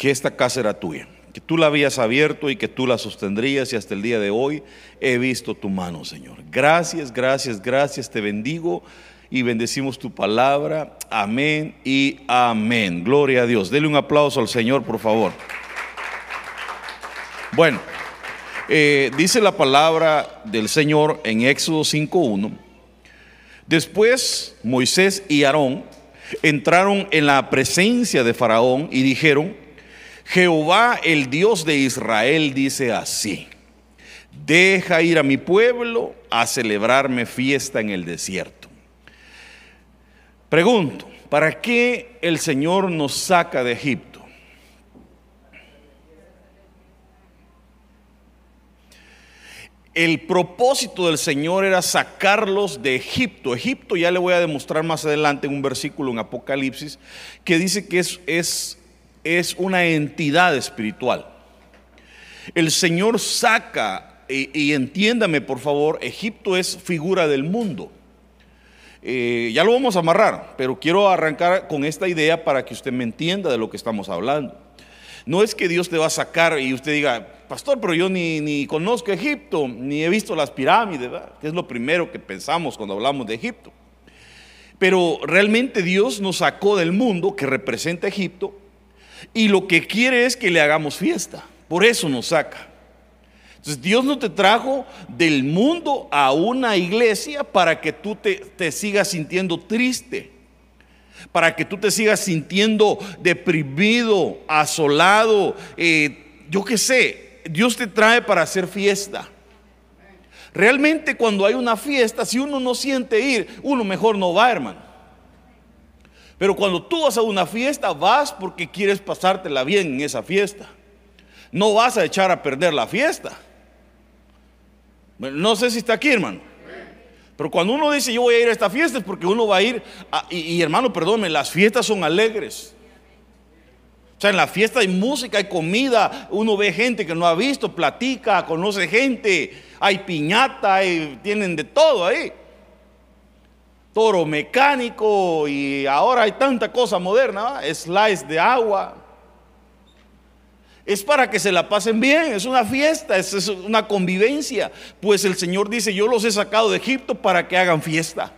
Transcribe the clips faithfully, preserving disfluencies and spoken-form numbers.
que esta casa era tuya, que tú la habías abierto y que tú la sostendrías, y hasta el día de hoy he visto tu mano, Señor. Gracias, gracias, gracias, te bendigo y bendecimos tu palabra. Amén y amén. Gloria a Dios. Dele un aplauso al Señor, por favor. Bueno, eh, dice la palabra del Señor en Éxodo cinco uno. Después Moisés y Aarón entraron en la presencia de Faraón y dijeron: Jehová, el Dios de Israel, dice así: deja ir a mi pueblo a celebrarme fiesta en el desierto. Pregunto, ¿para qué el Señor nos saca de Egipto? El propósito del Señor era sacarlos de Egipto. Egipto, ya le voy a demostrar más adelante en un versículo en Apocalipsis, que dice que es, es, es una entidad espiritual. El Señor saca, y, y entiéndame por favor, Egipto es figura del mundo. Eh, ya lo vamos a amarrar, pero quiero arrancar con esta idea para que usted me entienda de lo que estamos hablando. No es que Dios te va a sacar y usted diga: pastor, pero yo ni, ni conozco Egipto, ni he visto las pirámides, ¿verdad? Que es lo primero que pensamos cuando hablamos de Egipto. Pero realmente Dios nos sacó del mundo que representa Egipto, y lo que quiere es que le hagamos fiesta. Por eso nos saca. Entonces Dios no te trajo del mundo a una iglesia para que tú te, te sigas sintiendo triste, para que tú te sigas sintiendo deprimido, asolado, eh, yo qué sé. Dios te trae para hacer fiesta. Realmente cuando hay una fiesta, si uno no siente ir, uno mejor no va, hermano. Pero cuando tú vas a una fiesta, vas porque quieres pasártela bien en esa fiesta. No vas a echar a perder la fiesta. No sé si está aquí, hermano. Pero cuando uno dice yo voy a ir a esta fiesta, es porque uno va a ir a, y, y hermano, perdónme, las fiestas son alegres. O sea, en la fiesta hay música, hay comida, uno ve gente que no ha visto, platica, conoce gente, hay piñata, hay, tienen de todo ahí. Toro mecánico, y ahora hay tanta cosa moderna, ¿verdad? Slice de agua. Es para que se la pasen bien, es una fiesta, es, es una convivencia. Pues el Señor dice: yo los he sacado de Egipto para que hagan fiesta.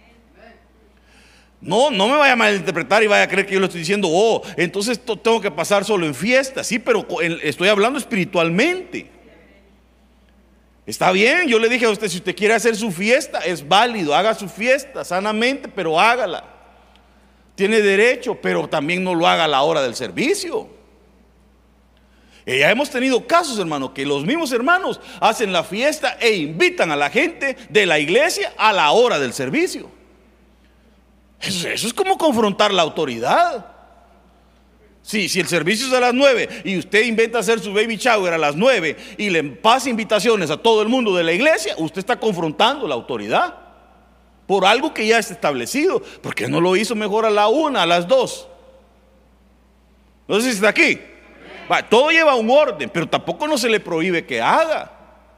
No, no me vaya a malinterpretar y vaya a creer que yo le estoy diciendo: oh, entonces tengo que pasar solo en fiesta. Sí, pero estoy hablando espiritualmente. Está bien, yo le dije a usted: si usted quiere hacer su fiesta, es válido, haga su fiesta sanamente, pero hágala. Tiene derecho, pero también no lo haga a la hora del servicio. Y ya hemos tenido casos, hermano, que los mismos hermanos hacen la fiesta e invitan a la gente de la iglesia a la hora del servicio. Eso, eso es como confrontar la autoridad. Sí, si el servicio es a las nueve y usted inventa hacer su baby shower a las nueve y le pasa invitaciones a todo el mundo de la iglesia, usted está confrontando la autoridad por algo que ya está establecido. ¿Por qué no lo hizo mejor a la una, a las dos? No sé si está aquí. Va, todo lleva un orden, pero tampoco no se le prohíbe que haga.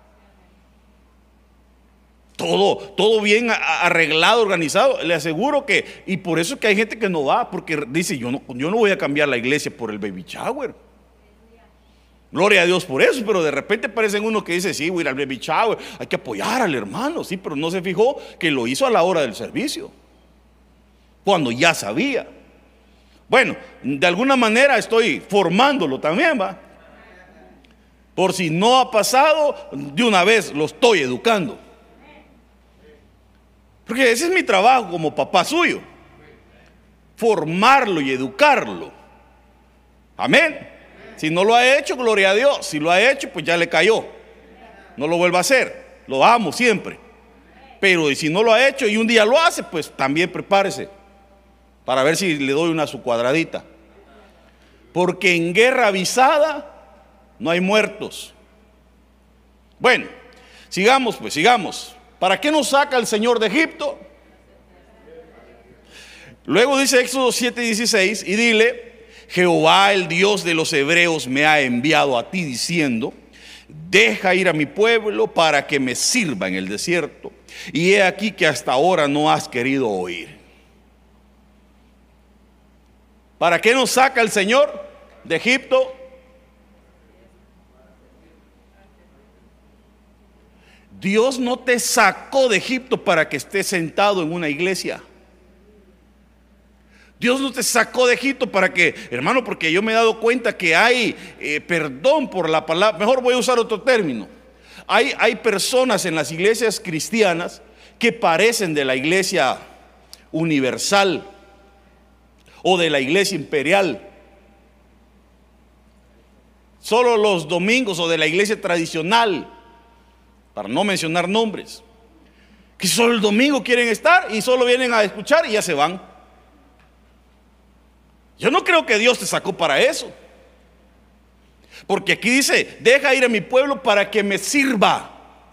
Todo, todo bien arreglado, organizado. Le aseguro que, y por eso es que hay gente que no va, porque dice: yo no, yo no voy a cambiar la iglesia por el baby shower. Gloria a Dios por eso. Pero de repente aparecen unos que dice: sí, voy a ir al baby shower, hay que apoyar al hermano. Sí, pero no se fijó que lo hizo a la hora del servicio, cuando ya sabía. Bueno, de alguna manera estoy formándolo también, va. Por si no ha pasado, de una vez lo estoy educando. Porque ese es mi trabajo como papá suyo, formarlo y educarlo. Amén. Si no lo ha hecho, gloria a Dios. Si lo ha hecho, pues ya le cayó. No lo vuelva a hacer. Lo amo siempre. Pero si no lo ha hecho y un día lo hace, pues también prepárese para ver si le doy una su cuadradita. Porque en guerra avisada no hay muertos. Bueno, sigamos pues, sigamos. ¿Para qué nos saca el Señor de Egipto? Luego dice Éxodo siete dieciséis: y dile: Jehová, el Dios de los hebreos, me ha enviado a ti diciendo: deja ir a mi pueblo para que me sirva en el desierto. Y he aquí que hasta ahora no has querido oír. ¿Para qué nos saca el Señor? de Egipto. Dios no te sacó de Egipto para que estés sentado en una iglesia. Dios no te sacó de Egipto para que, hermano, porque yo me he dado cuenta que hay, eh, perdón por la palabra, mejor voy a usar otro término. Hay, hay personas en las iglesias cristianas que parecen de la iglesia universal o de la iglesia imperial. Solo los domingos, o de la iglesia tradicional, para no mencionar nombres, que solo el domingo quieren estar y solo vienen a escuchar y ya se van. Yo no creo que Dios te sacó para eso, porque aquí dice: deja ir a mi pueblo para que me sirva.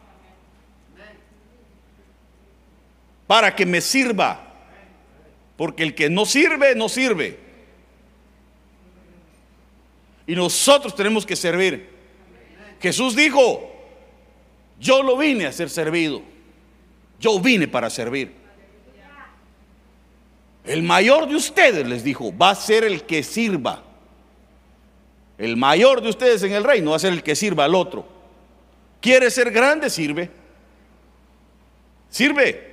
Para que me sirva. Porque el que no sirve, no sirve. Y nosotros tenemos que servir. Jesús dijo: yo no vine a ser servido, yo vine para servir. El mayor de ustedes, les dijo, va a ser el que sirva. El mayor de ustedes en el reino va a ser el que sirva al otro. ¿Quiere ser grande? Sirve. Sirve.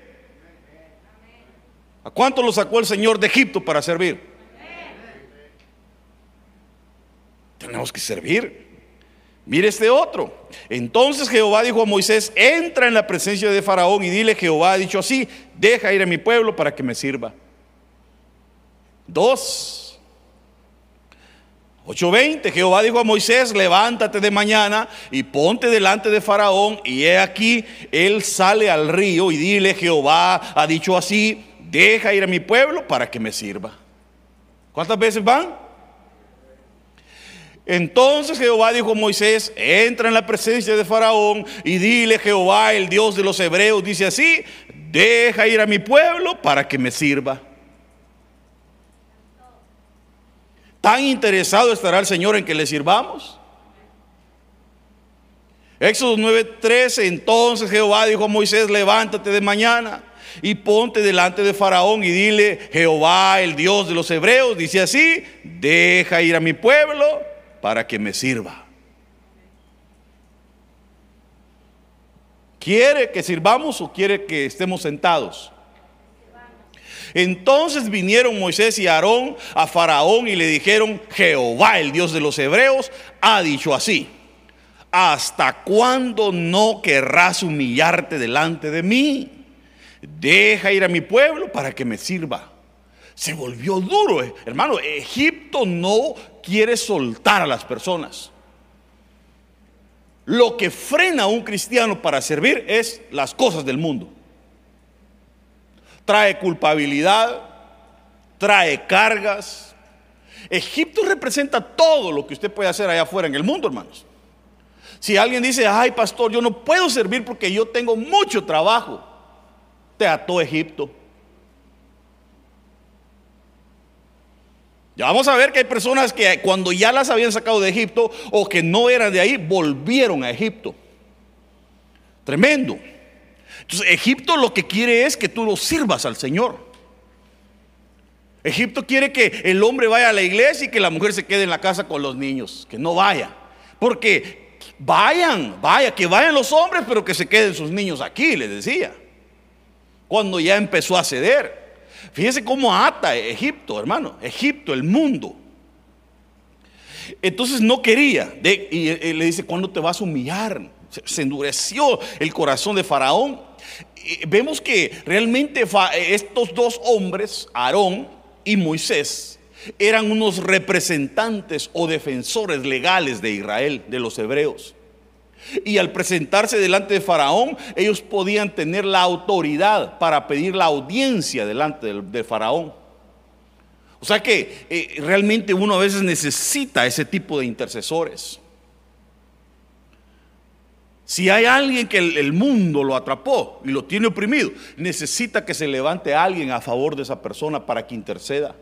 ¿A cuánto lo sacó el Señor de Egipto para servir? Tenemos que servir. Mire este otro. Entonces Jehová dijo a Moisés: entra en la presencia de Faraón y dile: Jehová ha dicho así, deja ir a mi pueblo para que me sirva. Dos, ocho veinte. Jehová dijo a Moisés: levántate de mañana y ponte delante de Faraón, y he aquí, él sale al río, y dile: Jehová ha dicho así, deja ir a mi pueblo para que me sirva. ¿Cuántas veces van? Entonces Jehová dijo a Moisés: entra en la presencia de Faraón y dile: Jehová, el Dios de los hebreos, dice así, deja ir a mi pueblo para que me sirva. ¿Tan interesado estará el Señor en que le sirvamos? Éxodo nueve trece. Entonces Jehová dijo a Moisés: levántate de mañana y ponte delante de Faraón y dile: Jehová, el Dios de los hebreos, dice así, deja ir a mi pueblo para que me sirva. ¿Quiere que sirvamos o quiere que estemos sentados? Entonces vinieron Moisés y Aarón a Faraón y le dijeron: Jehová, el Dios de los hebreos, ha dicho así, ¿hasta cuándo no querrás humillarte delante de mí? Deja ir a mi pueblo para que me sirva. Se volvió duro, hermano. Egipto no quiere soltar a las personas. Lo que frena a un cristiano para servir es las cosas del mundo. Trae culpabilidad, trae cargas. Egipto representa todo lo que usted puede hacer allá afuera en el mundo, hermanos. Si alguien dice: ay, pastor, yo no puedo servir porque yo tengo mucho trabajo, te ató Egipto. Ya vamos a ver que hay personas que cuando ya las habían sacado de Egipto o que no eran de ahí, volvieron a Egipto. Tremendo. Entonces Egipto lo que quiere es que tú lo sirvas al Señor. Egipto quiere que el hombre vaya a la iglesia y que la mujer se quede en la casa con los niños, que no vaya. Porque vayan, vaya, que vayan los hombres, pero que se queden sus niños aquí, les decía. Cuando ya empezó a ceder. Fíjese cómo ata Egipto, hermano. Egipto, el mundo. Entonces no quería. De, y, y le dice: ¿cuándo te vas a humillar? Se, se endureció el corazón de Faraón. Y vemos que realmente estos dos hombres, Aarón y Moisés, eran unos representantes o defensores legales de Israel, de los hebreos. Y al presentarse delante de Faraón, ellos podían tener la autoridad para pedir la audiencia delante de, de Faraón. O sea que eh, realmente uno a veces necesita ese tipo de intercesores. Si hay alguien que el, el mundo lo atrapó y lo tiene oprimido, necesita que se levante alguien a favor de esa persona para que interceda.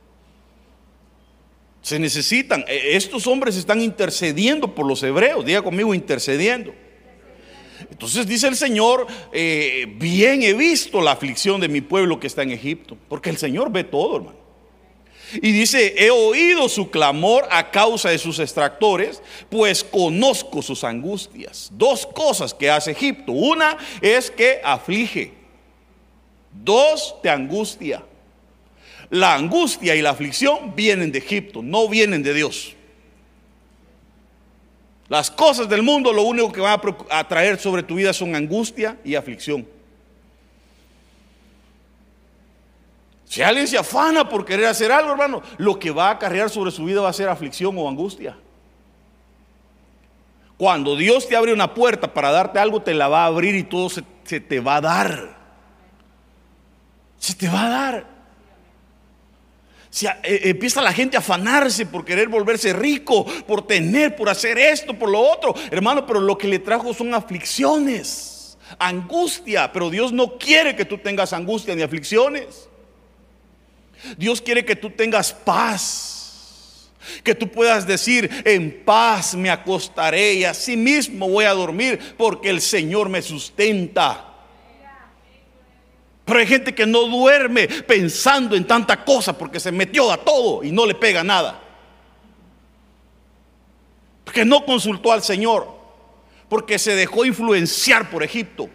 Se necesitan, estos hombres están intercediendo por los hebreos. Diga conmigo: intercediendo. Entonces dice el Señor: eh, bien he visto la aflicción de mi pueblo que está en Egipto. Porque el Señor ve todo, hermano. Y dice, he oído su clamor a causa de sus extractores, pues conozco sus angustias. Dos cosas que hace Egipto. Una es que aflige. Dos, te angustia. La angustia y la aflicción vienen de Egipto, no vienen de Dios. Las cosas del mundo lo único que van a, a traer sobre tu vida son angustia y aflicción. Si alguien se afana por querer hacer algo, hermano, lo que va a acarrear sobre su vida va a ser aflicción o angustia. Cuando Dios te abre una puerta para darte algo, te la va a abrir y todo se, se te va a dar. Se te va a dar. Si a, eh, empieza la gente a afanarse por querer volverse rico, por tener, por hacer esto, por lo otro, hermano, pero lo que le trajo son aflicciones, angustia. Pero Dios no quiere que tú tengas angustia ni aflicciones. Dios quiere que tú tengas paz, que tú puedas decir, en paz me acostaré y así mismo voy a dormir, porque el Señor me sustenta. Pero hay gente que no duerme pensando en tanta cosa porque se metió a todo y no le pega nada, porque no consultó al Señor, porque se dejó influenciar por Egipto.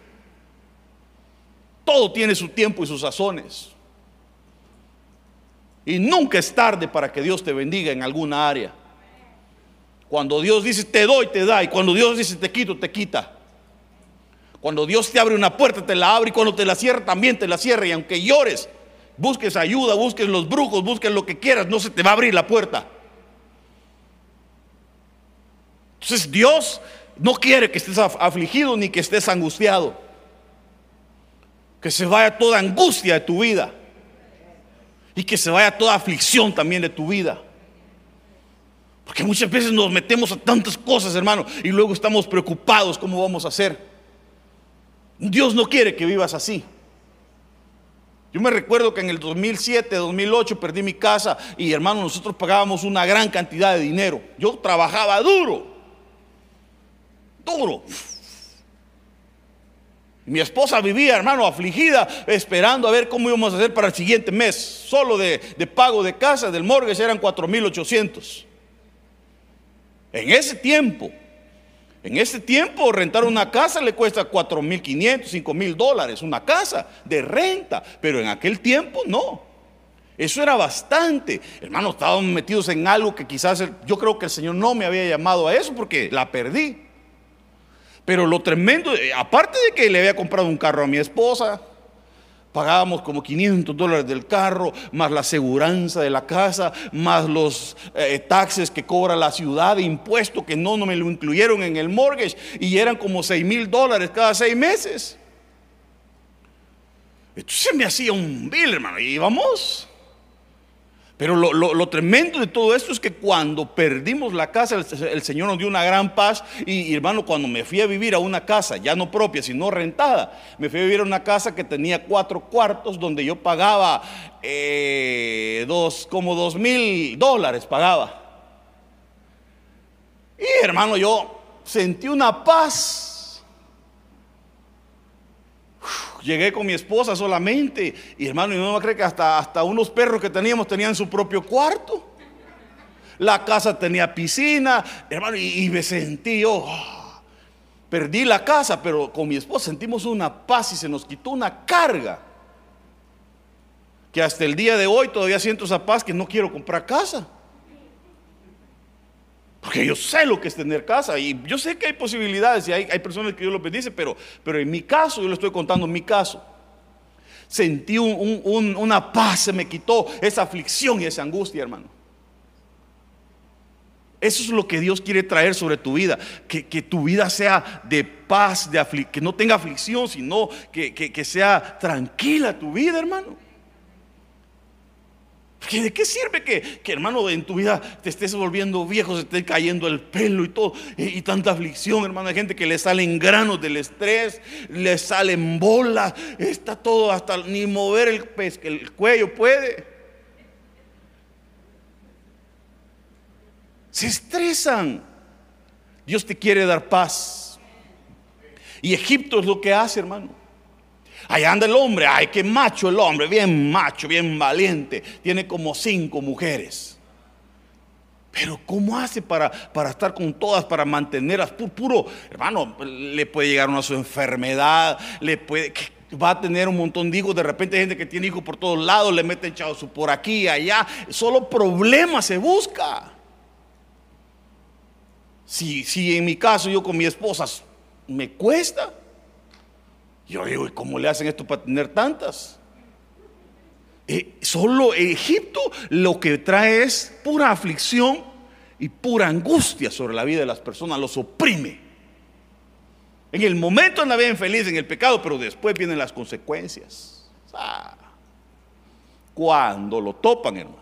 Todo tiene su tiempo y sus sazones, y nunca es tarde para que Dios te bendiga en alguna área. Cuando Dios dice te doy, te da, y cuando Dios dice te quito, te quita. Cuando Dios te abre una puerta, te la abre, y cuando te la cierra, también te la cierra. Y aunque llores, busques ayuda, busques los brujos, busques lo que quieras, no se te va a abrir la puerta. Entonces Dios no quiere que estés afligido ni que estés angustiado. Que se vaya toda angustia de tu vida, y que se vaya toda aflicción también de tu vida. Porque muchas veces nos metemos a tantas cosas, hermano, y luego estamos preocupados cómo vamos a hacer. Dios no quiere que vivas así. Yo me recuerdo que en el dos mil siete, dos mil ocho perdí mi casa, y hermano, nosotros pagábamos una gran cantidad de dinero. Yo trabajaba duro, duro. Mi esposa vivía, hermano, afligida, esperando a ver cómo íbamos a hacer para el siguiente mes. Solo de, de pago de casa, del mortgage, eran cuatro mil ochocientos. En ese tiempo, en ese tiempo rentar una casa le cuesta cuatro mil quinientos, cinco mil dólares, una casa de renta. Pero en aquel tiempo no. Eso era bastante. Hermano, estábamos metidos en algo que quizás el, yo creo que el Señor no me había llamado a eso, porque la perdí. Pero lo tremendo, aparte de que le había comprado un carro a mi esposa, pagábamos como quinientos dólares del carro, más la aseguranza de la casa, más los eh, taxes que cobra la ciudad, de impuestos que no, no me lo incluyeron en el mortgage, y eran como seis mil dólares cada seis meses. Entonces me hacía un bill, hermano, y íbamos. Pero lo, lo, lo tremendo de todo esto es que cuando perdimos la casa, el, el Señor nos dio una gran paz. Y, y hermano, cuando me fui a vivir a una casa, ya no propia, sino rentada, me fui a vivir a una casa que tenía cuatro cuartos, donde yo pagaba eh, dos, como dos mil dólares pagaba. Y hermano, yo sentí una paz. Llegué con mi esposa solamente, y hermano, mi mamá cree que hasta, hasta unos perros que teníamos tenían su propio cuarto. La casa tenía piscina, hermano, y, y me sentí yo, oh, perdí la casa, pero con mi esposa sentimos una paz y se nos quitó una carga, que hasta el día de hoy todavía siento esa paz, que no quiero comprar casa. Porque yo sé lo que es tener casa, y yo sé que hay posibilidades y hay, hay personas que Dios los bendice, pero, pero en mi caso, yo le estoy contando en mi caso, sentí un, un, un, una paz, se me quitó esa aflicción y esa angustia, hermano. Eso es lo que Dios quiere traer sobre tu vida, que, que tu vida sea de paz, de afli- que no tenga aflicción, sino que, que, que sea tranquila tu vida, hermano. Porque ¿de qué sirve que, que, hermano, en tu vida te estés volviendo viejo, se te esté cayendo el pelo y todo, y, y tanta aflicción, hermano? Hay gente que le salen granos del estrés, le salen bolas, está todo, hasta ni mover el, pez, el cuello puede. Se estresan. Dios te quiere dar paz. Y Egipto es lo que hace, hermano. Ahí anda el hombre, ay, qué macho el hombre, bien macho, bien valiente, tiene como cinco mujeres. Pero ¿cómo hace para, para estar con todas, para mantenerlas? Puro, puro, hermano, le puede llegar una su enfermedad, le puede, va a tener un montón de hijos. De repente hay gente que tiene hijos por todos lados, le meten chavos por aquí, allá. Solo problemas se busca. Si, si en mi caso yo con mi esposa me cuesta, yo digo, ¿y cómo le hacen esto para tener tantas? Eh, solo Egipto lo que trae es pura aflicción y pura angustia sobre la vida de las personas, los oprime. En el momento andan bien feliz en el pecado, pero después vienen las consecuencias. Ah, cuando lo topan, hermano.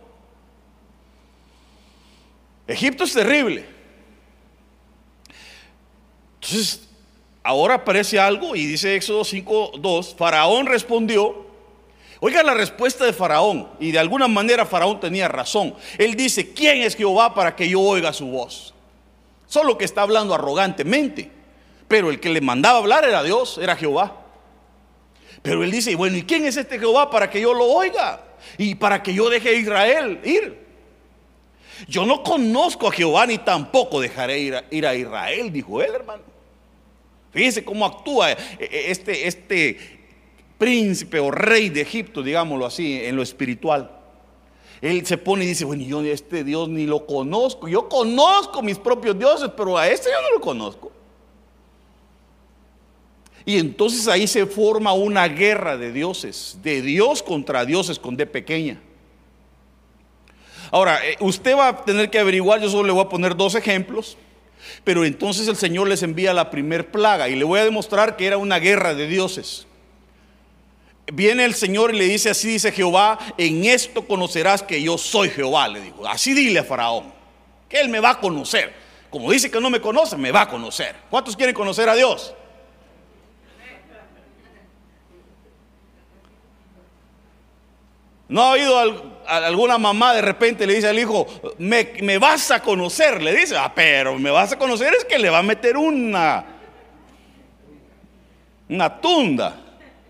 Egipto es terrible. Entonces, ahora aparece algo y dice Éxodo cinco dos, Faraón respondió. Oiga la respuesta de Faraón, y de alguna manera Faraón tenía razón. Él dice, ¿quién es Jehová para que yo oiga su voz? Solo que está hablando arrogantemente, pero el que le mandaba hablar era Dios, era Jehová. Pero él dice, bueno, ¿y quién es este Jehová para que yo lo oiga? Y para que yo deje a Israel ir. Yo no conozco a Jehová, ni tampoco dejaré ir a, ir a Israel, dijo él, hermano. Fíjense cómo actúa este, este príncipe o rey de Egipto, digámoslo así, en lo espiritual. Él se pone y dice, bueno, yo este Dios ni lo conozco. Yo conozco mis propios dioses, pero a este yo no lo conozco. Y entonces ahí se forma una guerra de dioses, de Dios contra dioses con D pequeña. Ahora, usted va a tener que averiguar, yo solo le voy a poner dos ejemplos. Pero entonces el Señor les envía la primer plaga y le voy a demostrar que era una guerra de dioses. Viene el Señor y le dice, así dice Jehová, en esto conocerás que yo soy Jehová, le dijo. Así dile a Faraón, que él me va a conocer. Como dice que no me conoce, me va a conocer. ¿Cuántos quieren conocer a Dios? ¿No ha oído a alguna mamá de repente le dice al hijo, me, me vas a conocer? Le dice, ah, pero me vas a conocer es que le va a meter una, una tunda.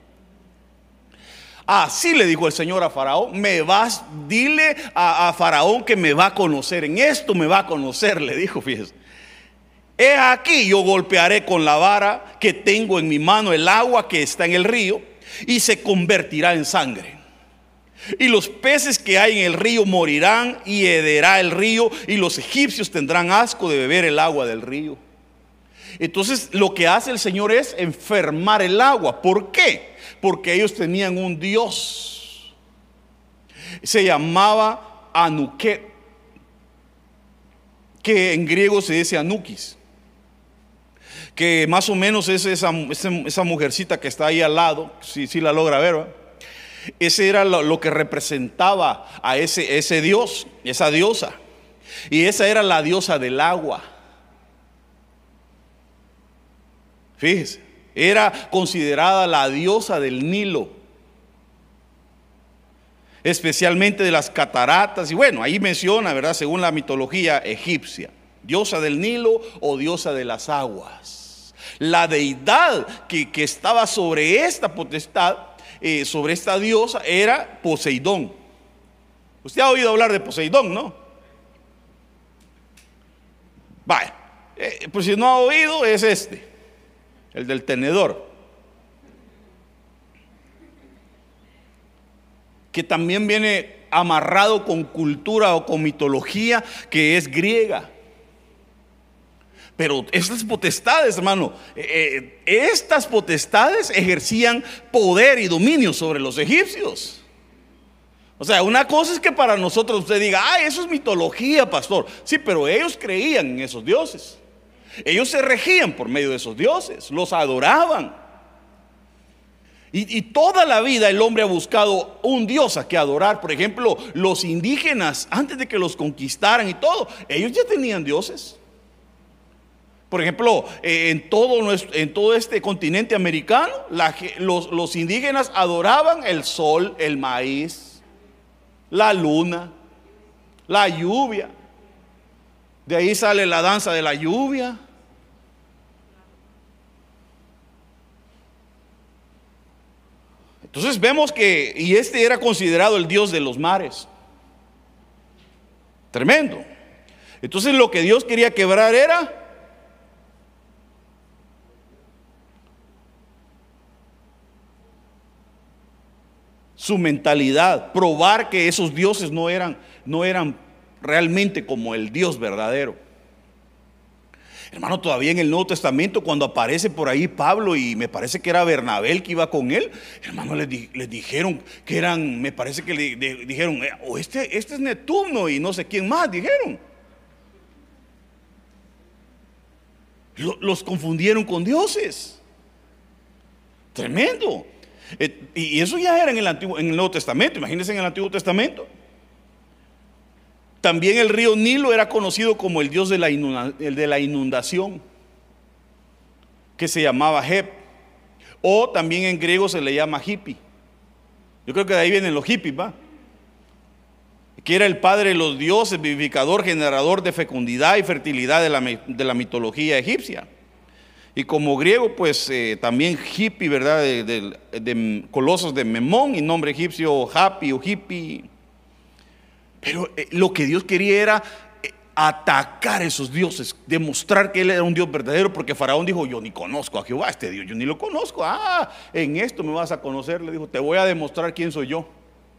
Así le dijo el Señor a Faraón, me vas, dile a, a Faraón que me va a conocer, en esto me va a conocer, le dijo, fíjese. He aquí yo golpearé con la vara que tengo en mi mano el agua que está en el río y se convertirá en sangre. Y los peces que hay en el río morirán y hederá el río y los egipcios tendrán asco de beber el agua del río. Entonces lo que hace el Señor es enfermar el agua. ¿Por qué? Porque ellos tenían un dios, se llamaba Anuket, que en griego se dice Anukis, que más o menos es esa, esa mujercita que está ahí al lado, si, si la logra ver, ¿verdad? Ese era lo, lo que representaba a ese, ese dios, esa diosa. Y esa era la diosa del agua. Fíjese, era considerada la diosa del Nilo, especialmente de las cataratas. Y bueno, ahí menciona, ¿verdad?, según la mitología egipcia, diosa del Nilo o diosa de las aguas. La deidad que, que estaba sobre esta potestad, eh, sobre esta diosa, era Poseidón. Usted ha oído hablar de Poseidón, ¿no? Vaya, eh, pues si no ha oído, es este, el del tenedor, que también viene amarrado con cultura o con mitología que es griega. Pero estas potestades, hermano, eh, estas potestades ejercían poder y dominio sobre los egipcios. O sea, una cosa es que para nosotros usted diga, ah, eso es mitología, pastor. Sí, pero ellos creían en esos dioses. Ellos se regían por medio de esos dioses, los adoraban. Y, y toda la vida el hombre ha buscado un dios a que adorar. Por ejemplo, los indígenas, antes de que los conquistaran y todo, ellos ya tenían dioses. Por ejemplo, eh, en, todo nuestro, en todo este continente americano, la, los, los indígenas adoraban el sol, el maíz, la luna, la lluvia. De ahí sale la danza de la lluvia. Entonces vemos que, y este era considerado el Dios de los mares. Tremendo. Entonces lo que Dios quería quebrar era su mentalidad, probar que esos dioses no eran, no eran realmente como el Dios verdadero. Hermano, todavía en el Nuevo Testamento, cuando aparece por ahí Pablo, y me parece que era Bernabé el que iba con él, hermano, les, di, les dijeron que eran, me parece que le, de, dijeron, o oh, este, este es Neptuno y no sé quién más, dijeron. Los confundieron con dioses. Tremendo. Y eso ya era en el Antiguo, en el Nuevo Testamento. Imagínense en el Antiguo Testamento. También el río Nilo era conocido como el dios de la, inunda, el de la inundación, que se llamaba Heb, o también en griego se le llama Hipi. Yo creo que de ahí vienen los hippies, ¿va? Que era el padre de los dioses, vivificador, generador de fecundidad y fertilidad de la, de la mitología egipcia. Y como griego, pues eh, también Hipi, ¿verdad? De, de, de colosos de Memón, y nombre egipcio Hapi o Hipi. Pero eh, lo que Dios quería era eh, atacar a esos dioses, demostrar que Él era un Dios verdadero, porque Faraón dijo: yo ni conozco a Jehová, este Dios, yo ni lo conozco. Ah, en esto me vas a conocer, le dijo, te voy a demostrar quién soy yo.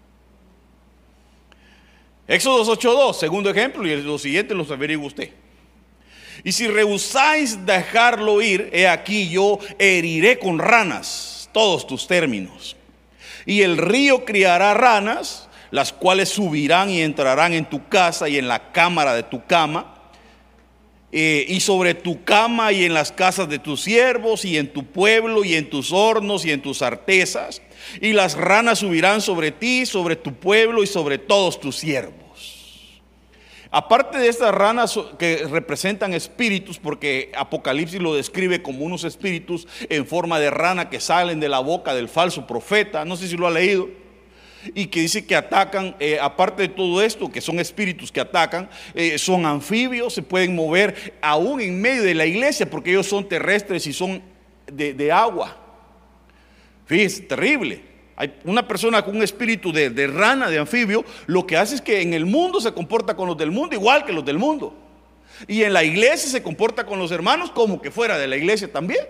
Éxodo ocho dos, segundo ejemplo, y los siguientes los averigua usted. Y si rehusáis dejarlo ir, he aquí yo heriré con ranas todos tus términos. Y el río criará ranas, las cuales subirán y entrarán en tu casa y en la cámara de tu cama, eh, y sobre tu cama y en las casas de tus siervos y en tu pueblo y en tus hornos y en tus artesas. Y las ranas subirán sobre ti, sobre tu pueblo y sobre todos tus siervos. Aparte de estas ranas que representan espíritus, porque Apocalipsis lo describe como unos espíritus en forma de rana que salen de la boca del falso profeta, no sé si lo ha leído, y que dice que atacan, eh, aparte de todo esto, que son espíritus que atacan, eh, son anfibios, se pueden mover aún en medio de la iglesia, porque ellos son terrestres y son de, de agua. Fíjense, terrible. Hay una persona con un espíritu de, de rana, de anfibio, lo que hace es que en el mundo se comporta con los del mundo igual que los del mundo, y en la iglesia se comporta con los hermanos como que fuera de la iglesia también.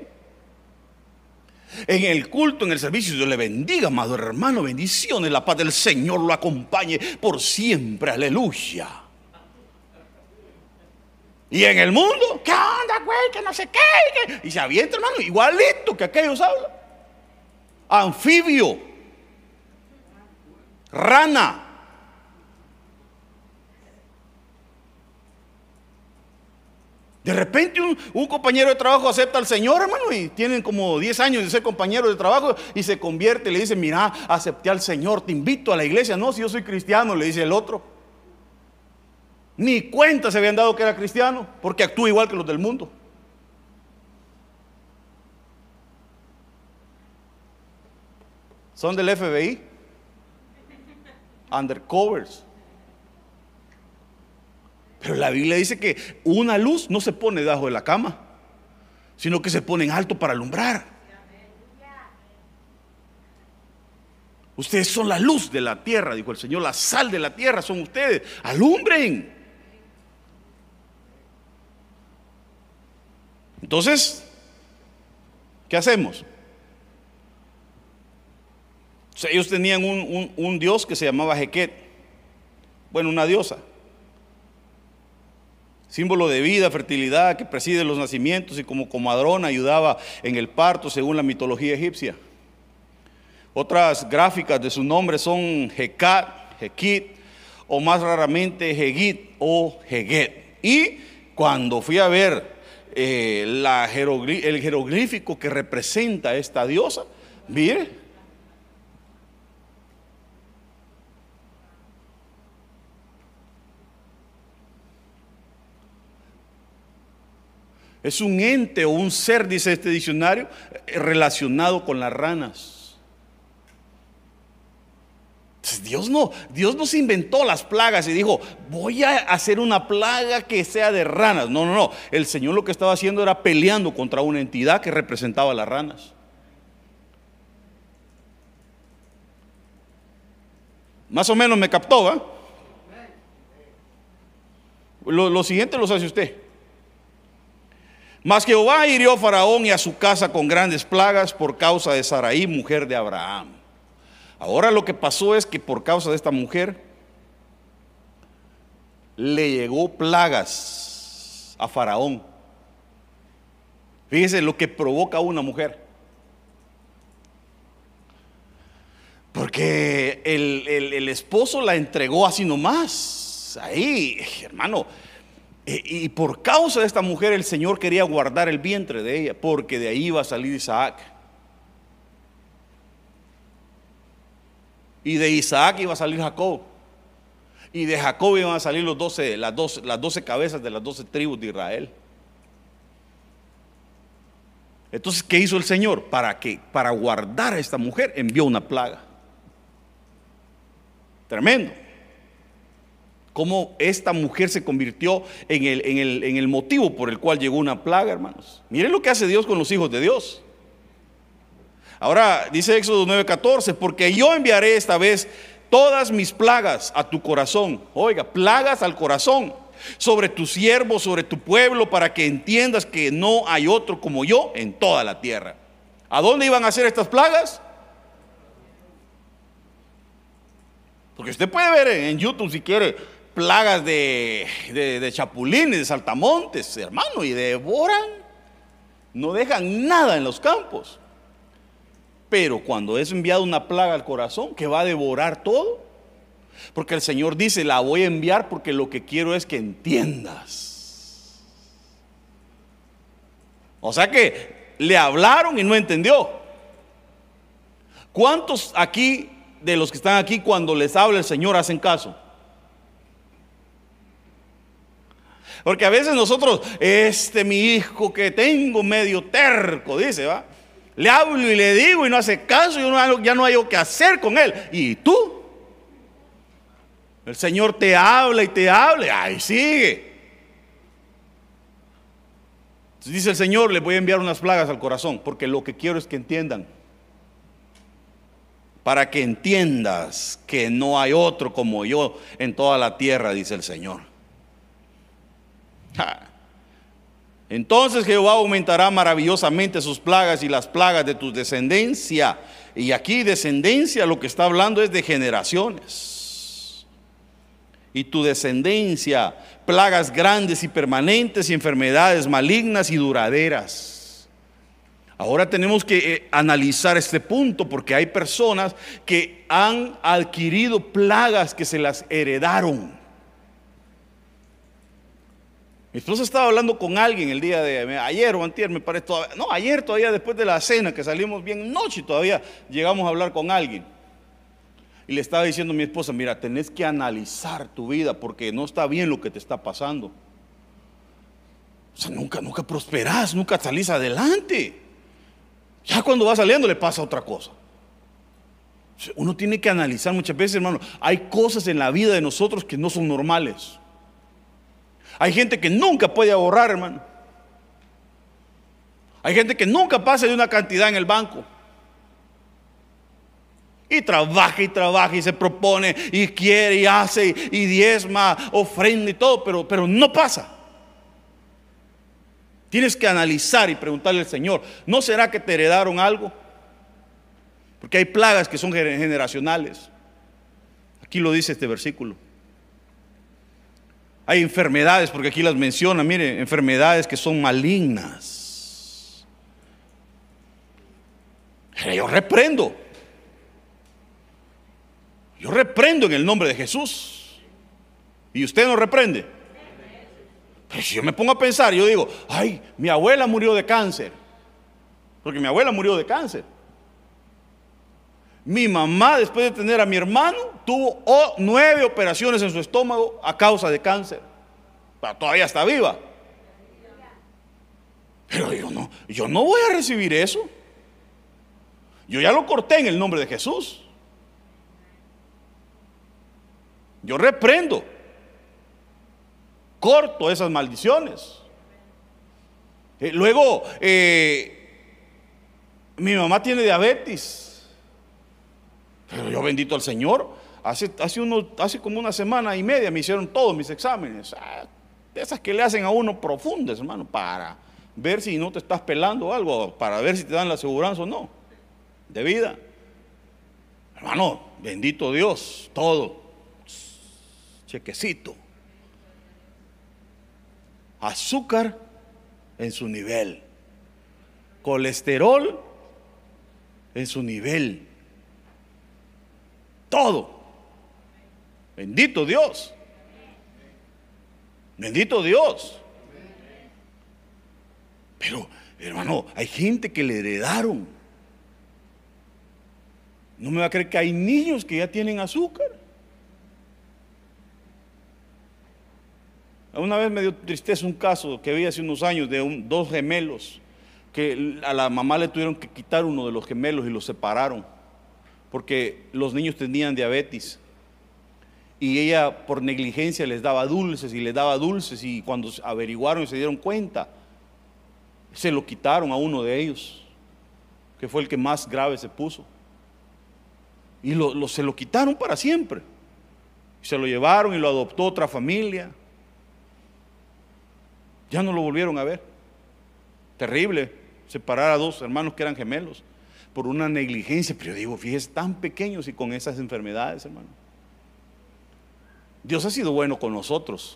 En el culto, en el servicio, Dios le bendiga, amado hermano, bendiciones, la paz del Señor lo acompañe por siempre, aleluya. Y en el mundo, ¿qué onda, güey? Que no sé qué, y se avienta, hermano, igualito que aquellos hablan. Anfibio, rana. De repente un, un compañero de trabajo acepta al Señor, hermano, y tienen como diez años de ser compañeros de trabajo, y se convierte y le dice: mira, acepté al Señor, te invito a la iglesia. No, si yo soy cristiano, le dice el otro. Ni cuenta se habían dado que era cristiano, porque actúa igual que los del mundo. Son del F B I, undercovers. Pero la Biblia dice que una luz no se pone debajo de la cama, sino que se pone en alto para alumbrar. Ustedes son la luz de la tierra, dijo el Señor, la sal de la tierra son ustedes, alumbren. Entonces, ¿qué hacemos? O sea, ellos tenían un, un, un dios que se llamaba Heket, bueno, una diosa, símbolo de vida, fertilidad, que preside los nacimientos y como comadrona ayudaba en el parto según la mitología egipcia. Otras gráficas de su nombre son Hekat, Hekit, o más raramente Hegit o Heget. Y cuando fui a ver eh, la jeroglí- el jeroglífico que representa a esta diosa, mire, es un ente o un ser, dice este diccionario, relacionado con las ranas. Entonces, Dios no, Dios no se inventó las plagas y dijo: voy a hacer una plaga que sea de ranas. No, no, no. El Señor lo que estaba haciendo era peleando contra una entidad que representaba a las ranas. Más o menos me captó, ¿va? Lo, lo siguiente los hace usted. Mas Jehová hirió a Faraón y a su casa con grandes plagas por causa de Sarai, mujer de Abraham. Ahora lo que pasó es que por causa de esta mujer le llegó plagas a Faraón. Fíjese lo que provoca a una mujer. Porque el, el, el esposo la entregó así nomás. Ahí, hermano. Y por causa de esta mujer el Señor quería guardar el vientre de ella, porque de ahí iba a salir Isaac. Y de Isaac iba a salir Jacob. Y de Jacob iban a salir los doce, las, doce, las doce cabezas de las doce tribus de Israel. Entonces, ¿qué hizo el Señor? Para que, para guardar a esta mujer, envió una plaga. Tremendo. Cómo esta mujer se convirtió en el, en, el, en el motivo por el cual llegó una plaga, hermanos. Miren lo que hace Dios con los hijos de Dios. Ahora dice Éxodo nueve catorce, porque yo enviaré esta vez todas mis plagas a tu corazón. Oiga, plagas al corazón, sobre tu siervo, sobre tu pueblo, para que entiendas que no hay otro como yo en toda la tierra. ¿A dónde iban a hacer estas plagas? Porque usted puede ver en YouTube si quiere plagas de, de, de chapulines, de saltamontes, hermano, y devoran, no dejan nada en los campos. Pero cuando es enviada una plaga al corazón que va a devorar todo, porque el Señor dice, la voy a enviar porque lo que quiero es que entiendas. O sea que le hablaron y no entendió. ¿Cuántos aquí de los que están aquí cuando les habla el Señor hacen caso? Porque a veces nosotros, este mi hijo que tengo medio terco, dice, va, le hablo y le digo y no hace caso, y uno ya no hay qué hacer con él. ¿Y tú? El Señor te habla y te habla, y ahí sigue. Entonces dice el Señor, les voy a enviar unas plagas al corazón, porque lo que quiero es que entiendan. Para que entiendas que no hay otro como yo en toda la tierra, dice el Señor. Entonces Jehová aumentará maravillosamente sus plagas y las plagas de tu descendencia. Y aquí descendencia, lo que está hablando es de generaciones. Y tu descendencia, plagas grandes y permanentes y enfermedades malignas y duraderas. Ahora tenemos que eh, analizar este punto, porque hay personas que han adquirido plagas que se las heredaron. Mi esposa estaba hablando con alguien el día de ayer o antier, me parece todavía, no, ayer todavía después de la cena, que salimos bien noche, todavía llegamos a hablar con alguien. Y le estaba diciendo a mi esposa, mira, tenés que analizar tu vida porque no está bien lo que te está pasando. O sea, nunca, nunca prosperás, nunca salís adelante. Ya cuando va saliendo le pasa otra cosa. Uno tiene que analizar muchas veces, hermano, hay cosas en la vida de nosotros que no son normales. Hay gente que nunca puede ahorrar, hermano. Hay gente que nunca pasa de una cantidad en el banco. Y trabaja y trabaja y se propone y quiere y hace y, y diezma, ofrenda y todo, pero, pero no pasa. Tienes que analizar y preguntarle al Señor, ¿no será que te heredaron algo? Porque hay plagas que son generacionales. Aquí lo dice este versículo. Hay enfermedades, porque aquí las menciona, mire, enfermedades que son malignas. Yo reprendo. Yo reprendo en el nombre de Jesús. ¿Y usted no reprende? Pero si yo me pongo a pensar, yo digo, ay, mi abuela murió de cáncer. Porque mi abuela murió de cáncer. Mi mamá, después de tener a mi hermano, tuvo oh, nueve operaciones en su estómago a causa de cáncer. Pero todavía está viva. Pero yo no, yo no voy a recibir eso. Yo ya lo corté en el nombre de Jesús. Yo reprendo, corto esas maldiciones. Eh, luego, eh, mi mamá tiene diabetes. Pero yo, bendito al Señor, hace, hace, uno, hace como una semana y media me hicieron todos mis exámenes. Ah, de esas que le hacen a uno profundas, hermano, para ver si no te estás pelando o algo, para ver si te dan la aseguranza o no, de vida. Hermano, bendito Dios, todo, chequecito. Azúcar en su nivel, colesterol en su nivel, todo. Bendito Dios, bendito Dios. Pero, hermano, hay gente que le heredaron. No me va a creer que hay niños que ya tienen azúcar. Una vez me dio tristeza un caso que vi hace unos años de un, dos gemelos, que a la mamá le tuvieron que quitar uno de los gemelos y los separaron, porque los niños tenían diabetes. Y ella por negligencia les daba dulces y les daba dulces, y cuando averiguaron y se dieron cuenta, se lo quitaron a uno de ellos, que fue el que más grave se puso. Y lo, lo, se lo quitaron para siempre. Se lo llevaron y lo adoptó otra familia. Ya no lo volvieron a ver. Terrible separar a dos hermanos que eran gemelos por una negligencia. Pero yo digo, fíjese, tan pequeños y con esas enfermedades, hermano. Dios ha sido bueno con nosotros.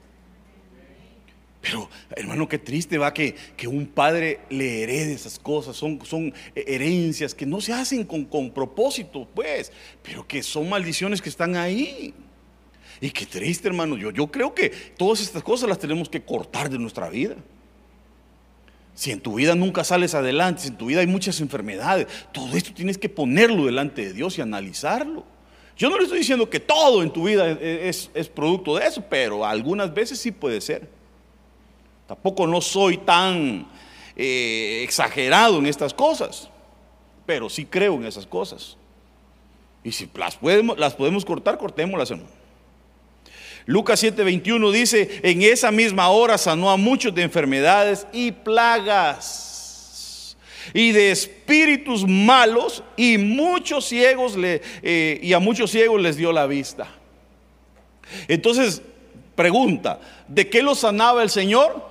Pero, hermano, qué triste va que, que un padre le herede esas cosas. Son, son herencias que no se hacen con, con propósito, pues, pero que son maldiciones que están ahí. Y qué triste, hermano. Yo, yo creo que todas estas cosas las tenemos que cortar de nuestra vida. Si en tu vida nunca sales adelante, si en tu vida hay muchas enfermedades, todo esto tienes que ponerlo delante de Dios y analizarlo. Yo no le estoy diciendo que todo en tu vida es, es, es producto de eso, pero algunas veces sí puede ser. Tampoco no soy tan eh, exagerado en estas cosas, pero sí creo en esas cosas. Y si las podemos, las podemos cortar, cortémoslas, hermano. Lucas siete veintiuno dice: en esa misma hora sanó a muchos de enfermedades y plagas y de espíritus malos, y muchos ciegos le, eh, y a muchos ciegos les dio la vista. Entonces, pregunta: ¿de qué los sanaba el Señor?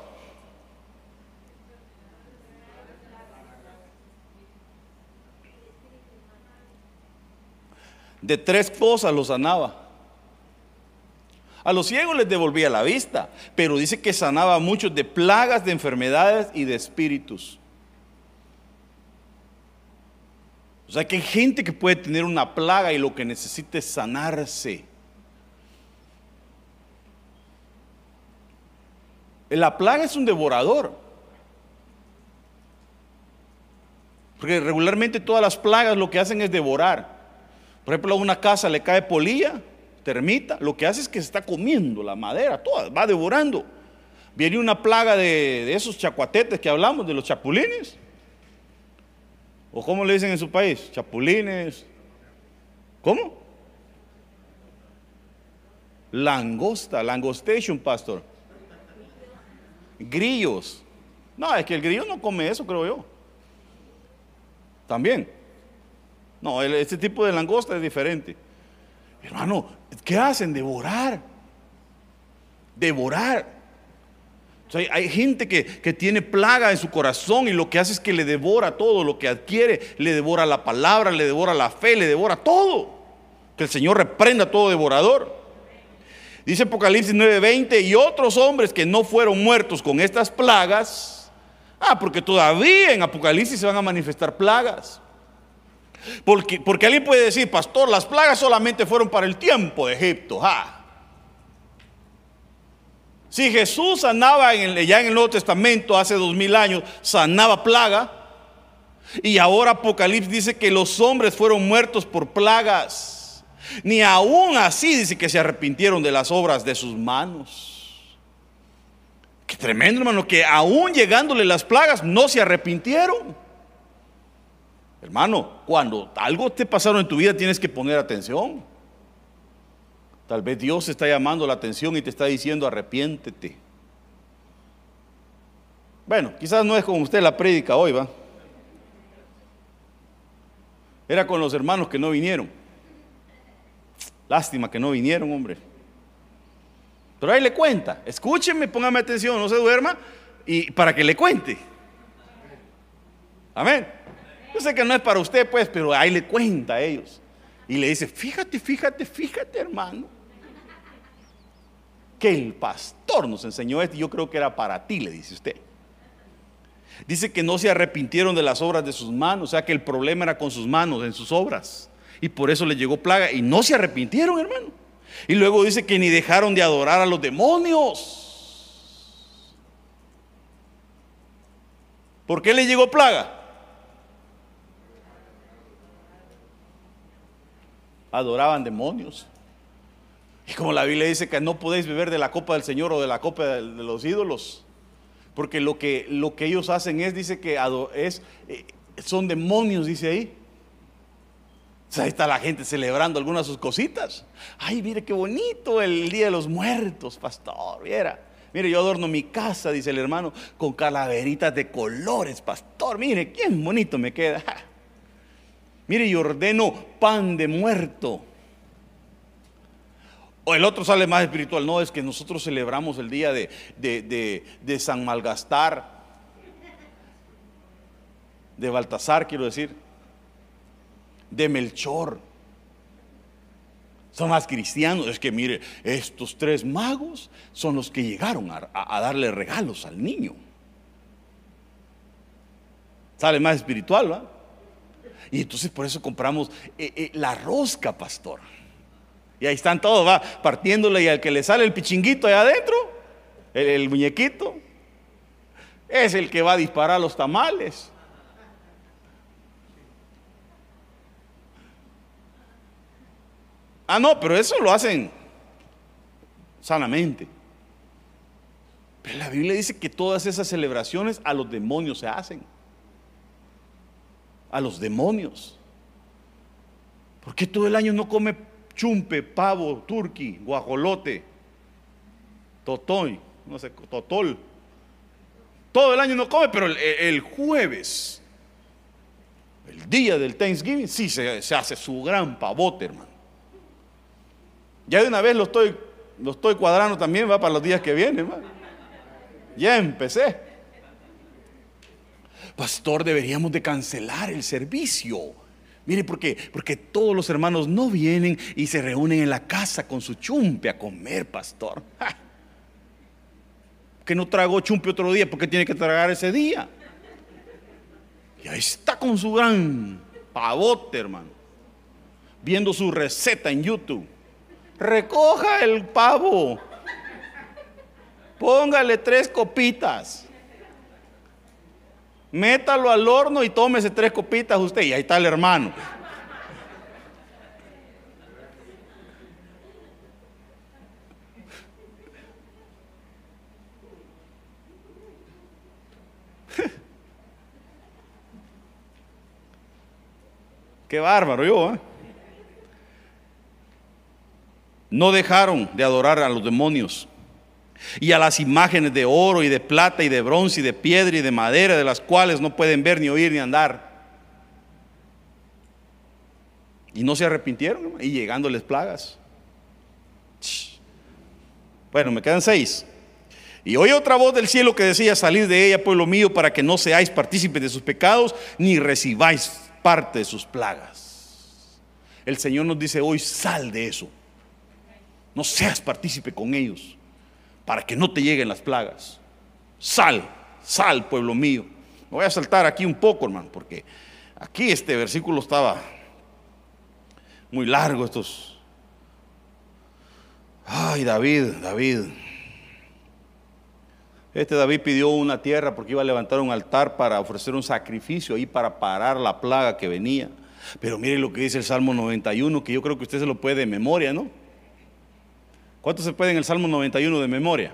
De tres cosas los sanaba. A los ciegos les devolvía la vista, pero dice que sanaba a muchos de plagas, de enfermedades y de espíritus. O sea que hay gente que puede tener una plaga y lo que necesita es sanarse. La plaga es un devorador, porque regularmente todas las plagas lo que hacen es devorar. Por ejemplo, a una casa le cae polilla, termita, lo que hace es que se está comiendo la madera, toda, va devorando. Viene una plaga de, de esos chacuatetes que hablamos, de los chapulines, o ¿cómo le dicen en su país? Chapulines. ¿Cómo? Langosta, langostation, pastor. Grillos. No, es que el grillo no come eso, creo yo. También. No, este tipo de langosta es diferente. Hermano, ¿qué hacen? Devorar. Devorar. O sea, hay gente que, que tiene plaga en su corazón y lo que hace es que le devora todo lo que adquiere. Le devora la palabra, le devora la fe, le devora todo. Que el Señor reprenda a todo devorador. Dice Apocalipsis nueve veinte: y otros hombres que no fueron muertos con estas plagas. Ah, porque todavía en Apocalipsis se van a manifestar plagas. Porque, porque alguien puede decir: pastor, las plagas solamente fueron para el tiempo de Egipto. Ah. Si Jesús sanaba en el, ya en el Nuevo Testamento hace dos mil años, sanaba plaga, y ahora Apocalipsis dice que los hombres fueron muertos por plagas, ni aún así dice que se arrepintieron de las obras de sus manos. Qué tremendo, hermano, que aún llegándole las plagas no se arrepintieron. Hermano, cuando algo te pasaron en tu vida tienes que poner atención. Tal vez Dios está llamando la atención y te está diciendo: arrepiéntete. Bueno, quizás no es con usted la prédica hoy, ¿va? Era con los hermanos que no vinieron. Lástima que no vinieron, hombre. Pero ahí le cuenta. Escúcheme, póngame atención, no se duerma, y para que le cuente. Amén. Yo sé que no es para usted, pues, pero ahí le cuenta a ellos. Y le dice, fíjate, fíjate, fíjate, hermano, que el pastor nos enseñó esto. Y yo creo que era para ti, le dice usted. Dice que no se arrepintieron de las obras de sus manos. O sea que el problema era con sus manos, en sus obras. Y por eso les llegó plaga. Y no se arrepintieron, hermano. Y luego dice que ni dejaron de adorar a los demonios. ¿Por qué le llegó plaga? Adoraban demonios. Y como la Biblia dice que no podéis beber de la copa del Señor o de la copa de los ídolos, porque lo que, lo que ellos hacen es, dice que es, son demonios, dice ahí. O sea, ahí está la gente celebrando algunas de sus cositas. Ay, mire qué bonito el Día de los Muertos, pastor, viera. Mire, yo adorno mi casa, dice el hermano, con calaveritas de colores, pastor. Mire, qué bonito me queda. Mire, y ordeno pan de muerto. O el otro sale más espiritual. No, es que nosotros celebramos el día de, de, de, de San Malgastar, de Baltasar, quiero decir, de Melchor. Son más cristianos. Es que mire, estos tres magos son los que llegaron a, a, a darle regalos al niño. Sale más espiritual, ¿va? Y entonces por eso compramos eh, eh, la rosca, pastor. Y ahí están todos, va partiéndole, y al que le sale el pichinguito allá adentro, el, el muñequito, es el que va a disparar los tamales. Ah, no, pero eso lo hacen sanamente. Pero la Biblia dice que todas esas celebraciones a los demonios se hacen. A los demonios. ¿Por qué todo el año no come chumpe, pavo, turqui, guajolote, totoy, no sé, totol? Todo el año no come, pero el, el jueves, el día del Thanksgiving, sí se, se hace su gran pavote, hermano. Ya de una vez lo estoy, lo estoy cuadrando también, va para los días que vienen, hermano. Ya empecé. Pastor, deberíamos de cancelar el servicio. Mire, ¿por qué? Porque todos los hermanos no vienen y se reúnen en la casa con su chumpe a comer, pastor. ¡Ja! Que no tragó chumpe otro día, porque tiene que tragar ese día. Y ahí está con su gran pavote, hermano, viendo su receta en YouTube. Recoja el pavo, póngale tres copitas, métalo al horno y tómese tres copitas usted. Y ahí está el hermano. Qué bárbaro yo, ¿eh? No dejaron de adorar a los demonios y a las imágenes de oro y de plata y de bronce y de piedra y de madera, de las cuales no pueden ver ni oír ni andar. Y no se arrepintieron, y llegándoles plagas. Bueno, me quedan seis. Y oí otra voz del cielo que decía: salid de ella, pueblo mío, para que no seáis partícipes de sus pecados, ni recibáis parte de sus plagas. El Señor nos dice hoy: sal de eso. No seas partícipe con ellos, para que no te lleguen las plagas. Sal, sal, pueblo mío. Me voy a saltar aquí un poco, hermano, porque aquí este versículo estaba muy largo. Estos. Ay, David, David. Este David pidió una tierra porque iba a levantar un altar para ofrecer un sacrificio ahí para parar la plaga que venía. Pero mire lo que dice el Salmo noventa y uno, que yo creo que usted se lo puede de memoria, ¿no? ¿Cuánto se puede en el Salmo noventa y uno de memoria?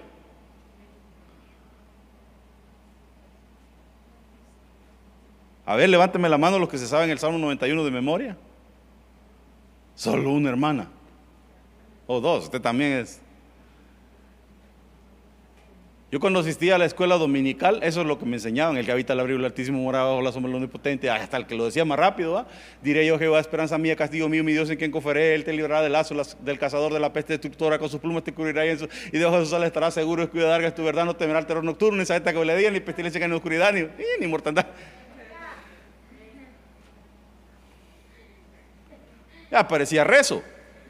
A ver, levánteme la mano los que se saben el Salmo noventa y uno de memoria. Solo una hermana. O dos, usted también es. Yo cuando asistía a la escuela dominical, eso es lo que me enseñaban: el que habita el abrigo del Altísimo mora bajo la sombra del Omnipotente. Hasta el que lo decía más rápido, ¿va? Diré yo: Jehová, esperanza mía, castigo mío, mi Dios, en quien confiaré. Él te librará del lazo del cazador, de la peste destructora. Con sus plumas te cubrirá y, en su, y debajo de sus alas estarás seguro. Es cuida larga es tu verdad, no temerá el terror nocturno, ni saeta que le día, ni pestilencia que en la oscuridad, ni, ni mortandad. Ya parecía rezo.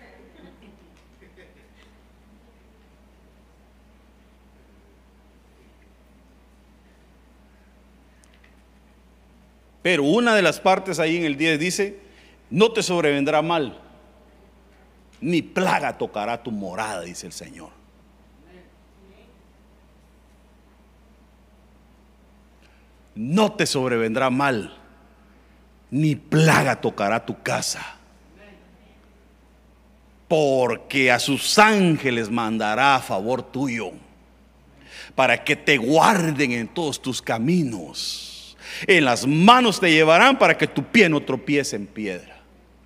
Pero una de las partes ahí en el diez dice: no te sobrevendrá mal, ni plaga tocará tu morada, dice el Señor. No te sobrevendrá mal, ni plaga tocará tu casa, porque a sus ángeles mandará a favor tuyo, para que te guarden en todos tus caminos. En las manos te llevarán para que tu pie no tropiece en piedra.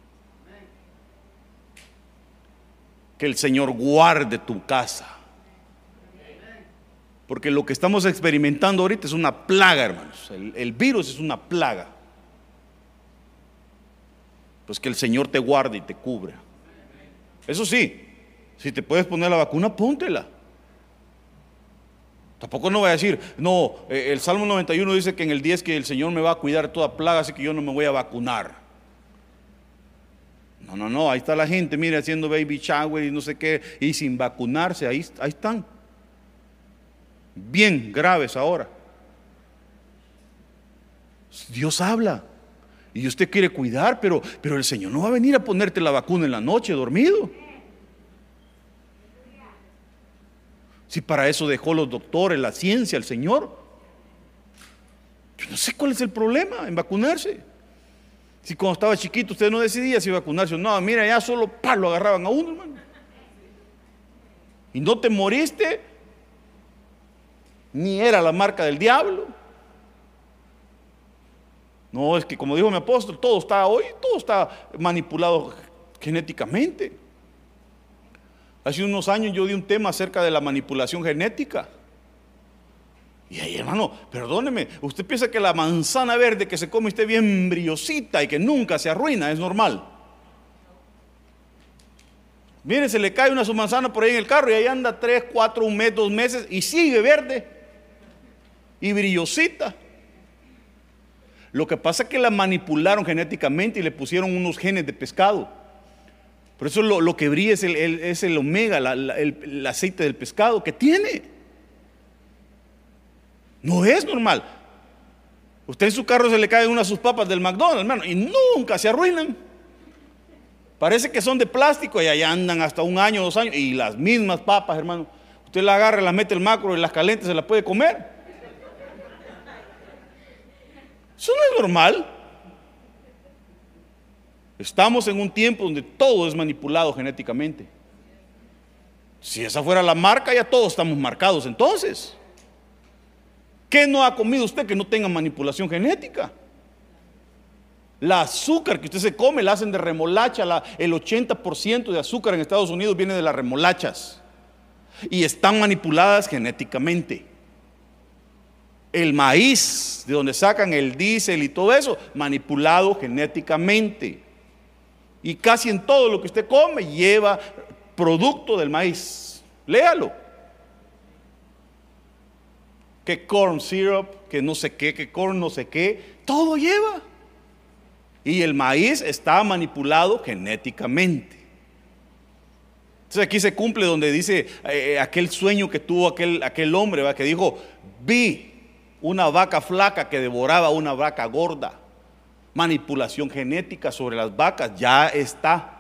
Que el Señor guarde tu casa, porque lo que estamos experimentando ahorita es una plaga, hermanos. El, el virus es una plaga. Pues que el Señor te guarde y te cubra. Eso sí, si te puedes poner la vacuna, póntela. Tampoco no voy a decir, no, eh, el Salmo noventa y uno dice que en el diez que el Señor me va a cuidar de toda plaga, así que yo no me voy a vacunar. No, no, no, ahí está la gente, mire, haciendo baby shower y no sé qué, y sin vacunarse, ahí, ahí están. Bien graves ahora. Dios habla y Dios te quiere cuidar, pero, pero el Señor no va a venir a ponerte la vacuna en la noche dormido. Si para eso dejó los doctores, la ciencia, el Señor. Yo no sé cuál es el problema en vacunarse. Si cuando estaba chiquito usted no decidía si vacunarse o no, mira, ya solo pa, lo agarraban a uno, hermano. Y no te moriste, ni era la marca del diablo. No, es que como dijo mi apóstol, todo está hoy, todo está manipulado genéticamente. Hace unos años yo di un tema acerca de la manipulación genética. Y ahí, hermano, perdóneme, usted piensa que la manzana verde que se come esté bien brillosita y que nunca se arruina, es normal. Mire, se le cae una su manzana por ahí en el carro y ahí anda tres, cuatro, un mes, dos meses y sigue verde y brillosita. Lo que pasa es que la manipularon genéticamente y le pusieron unos genes de pescado. Por eso lo, lo que brilla es el, el, es el omega, la, la, el, el aceite del pescado que tiene. No es normal. Usted en su carro se le caen unas sus papas del McDonald's, hermano, y nunca se arruinan. Parece que son de plástico y allá andan hasta un año, dos años. Y las mismas papas, hermano. Usted las agarra, las mete el macro y las calientes se las puede comer. Eso no es normal. Estamos en un tiempo donde todo es manipulado genéticamente. Si esa fuera la marca, ya todos estamos marcados. Entonces, ¿qué no ha comido usted que no tenga manipulación genética? La azúcar que usted se come la hacen de remolacha. La, el ochenta por ciento de azúcar en Estados Unidos viene de las remolachas y están manipuladas genéticamente. El maíz, de donde sacan el diésel y todo eso, manipulado genéticamente. Y casi en todo lo que usted come lleva producto del maíz. Léalo. Que corn syrup, que no sé qué, que corn no sé qué, todo lleva. Y el maíz está manipulado genéticamente. Entonces aquí se cumple donde dice eh, aquel sueño que tuvo aquel, aquel hombre, ¿va? Que dijo: vi una vaca flaca que devoraba una vaca gorda. Manipulación genética sobre las vacas ya está.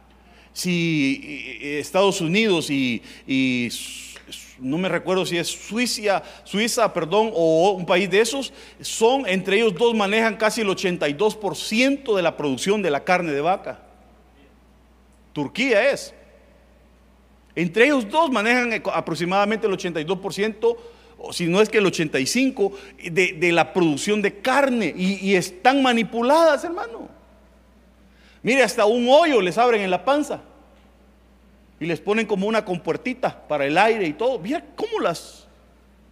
Si Estados Unidos y, y no me recuerdo si es Suiza, Suiza, perdón, o un país de esos, son, entre ellos dos manejan casi el ochenta y dos por ciento de la producción de la carne de vaca. Turquía es. Entre ellos dos manejan aproximadamente el ochenta y dos por ciento, o si no es que el ochenta y cinco por ciento de, de la producción de carne, y, y están manipuladas, hermano. Mire, hasta un hoyo les abren en la panza y les ponen como una compuertita para el aire y todo. Mira cómo las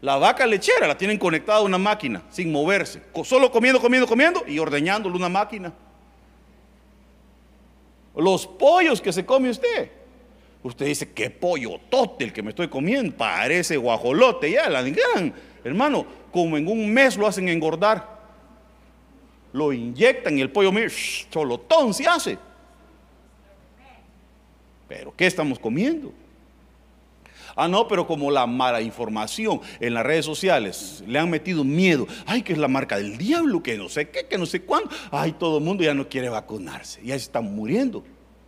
La vaca lechera la tienen conectada a una máquina sin moverse, solo comiendo, comiendo, comiendo y ordeñándole una máquina. Los pollos que se come usted, usted dice, qué pollo tote el que me estoy comiendo, parece guajolote, ya la digan, hermano, como en un mes lo hacen engordar, lo inyectan y el pollo, mire, cholotón se hace. Pero ¿qué estamos comiendo? Ah, no, pero como la mala información en las redes sociales le han metido miedo. Ay, que es la marca del diablo, que no sé qué, que no sé cuándo. Ay, todo el mundo ya no quiere vacunarse, ya se están muriendo.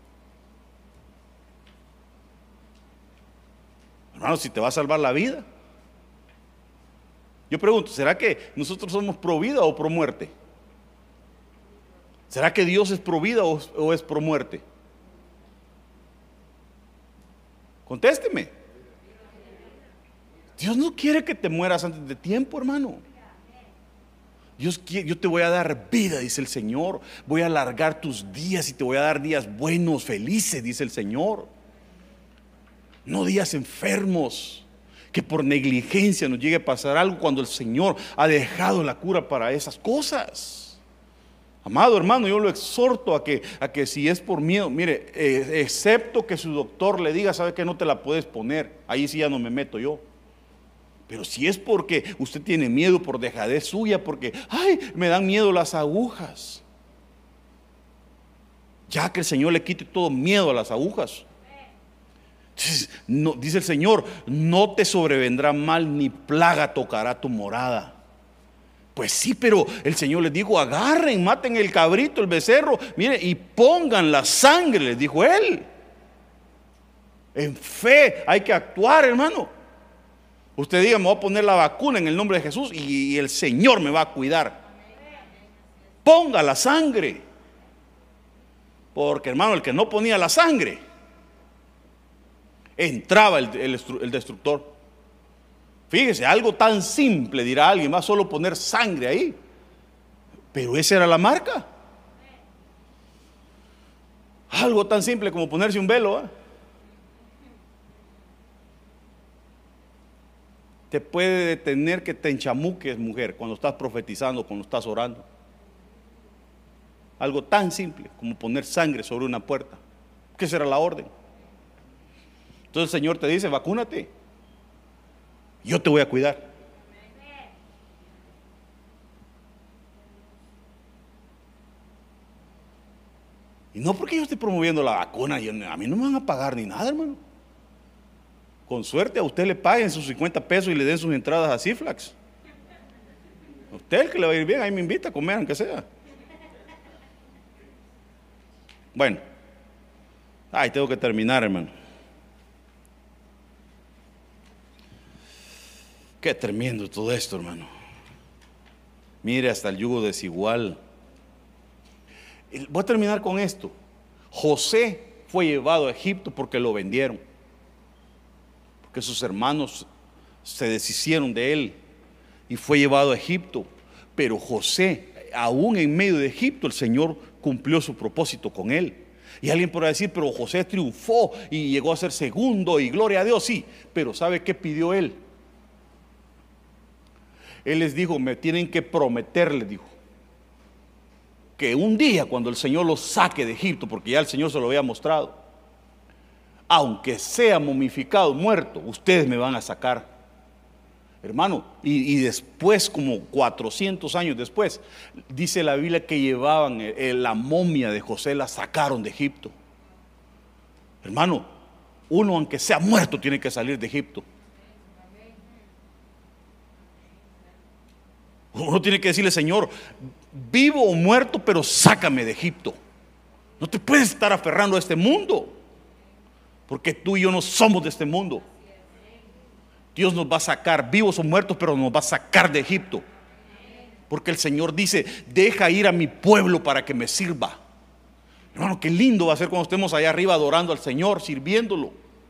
Hermano, si te va a salvar la vida. Yo pregunto, ¿será que nosotros somos pro vida o pro muerte? ¿Será que Dios es pro vida o, o es pro muerte? Contésteme. Dios no quiere que te mueras antes de tiempo, hermano. Dios quiere, yo te voy a dar vida, dice el Señor. Voy a alargar tus días y te voy a dar días buenos, felices, dice el Señor. No días enfermos, que por negligencia nos llegue a pasar algo cuando el Señor ha dejado la cura para esas cosas. Amado hermano, yo lo exhorto a que, a que si es por miedo, mire, eh, excepto que su doctor le diga, sabe que no te la puedes poner, ahí sí ya no me meto yo. Pero si es porque usted tiene miedo por dejadez suya, porque, ay, me dan miedo las agujas, ya que el Señor le quite todo miedo a las agujas. Entonces, no, dice el Señor, no te sobrevendrá mal ni plaga tocará tu morada. Pues sí, pero el Señor les dijo, agarren, maten el cabrito, el becerro, mire, y pongan la sangre, les dijo Él. En fe hay que actuar, hermano. Usted diga, me voy a poner la vacuna en el nombre de Jesús y, y el Señor me va a cuidar. Ponga la sangre. Porque, hermano, el que no ponía la sangre, entraba el, el, el destructor. Fíjese, algo tan simple, dirá alguien, va a solo poner sangre ahí. Pero esa era la marca. Algo tan simple como ponerse un velo, ¿eh? Te puede detener que te enchamuques, mujer, cuando estás profetizando, cuando estás orando. Algo tan simple como poner sangre sobre una puerta. ¿Qué será la orden? Entonces el Señor te dice, vacúnate. Yo te voy a cuidar. Y no porque yo esté promoviendo la vacuna, yo, a mí no me van a pagar ni nada, hermano. Con suerte a usted le paguen sus cincuenta pesos y le den sus entradas a Ciflax. A usted el que le va a ir bien, ahí me invita a comer, aunque sea. Bueno, ay, tengo que terminar, hermano. Qué tremendo todo esto, hermano. Mire, hasta el yugo desigual. Voy a terminar con esto. José fue llevado a Egipto porque lo vendieron, porque sus hermanos se deshicieron de él y fue llevado a Egipto. Pero José, aún en medio de Egipto, el Señor cumplió su propósito con él. Y alguien podrá decir, pero José triunfó y llegó a ser segundo y gloria a Dios. Sí, pero ¿sabe qué pidió él? Él les dijo, me tienen que prometer, les dijo, que un día cuando el Señor los saque de Egipto, porque ya el Señor se lo había mostrado, aunque sea momificado, muerto, ustedes me van a sacar. Hermano, y, y después, como cuatrocientos años después, dice la Biblia que llevaban el, el, la momia de José, la sacaron de Egipto. Hermano, uno aunque sea muerto tiene que salir de Egipto. Uno tiene que decirle, Señor, vivo o muerto, pero sácame de Egipto. No te puedes estar aferrando a este mundo, porque tú y yo no somos de este mundo. Dios nos va a sacar, vivos o muertos, pero nos va a sacar de Egipto. Porque el Señor dice, deja ir a mi pueblo para que me sirva. Hermano, qué lindo va a ser cuando estemos allá arriba adorando al Señor, sirviéndolo.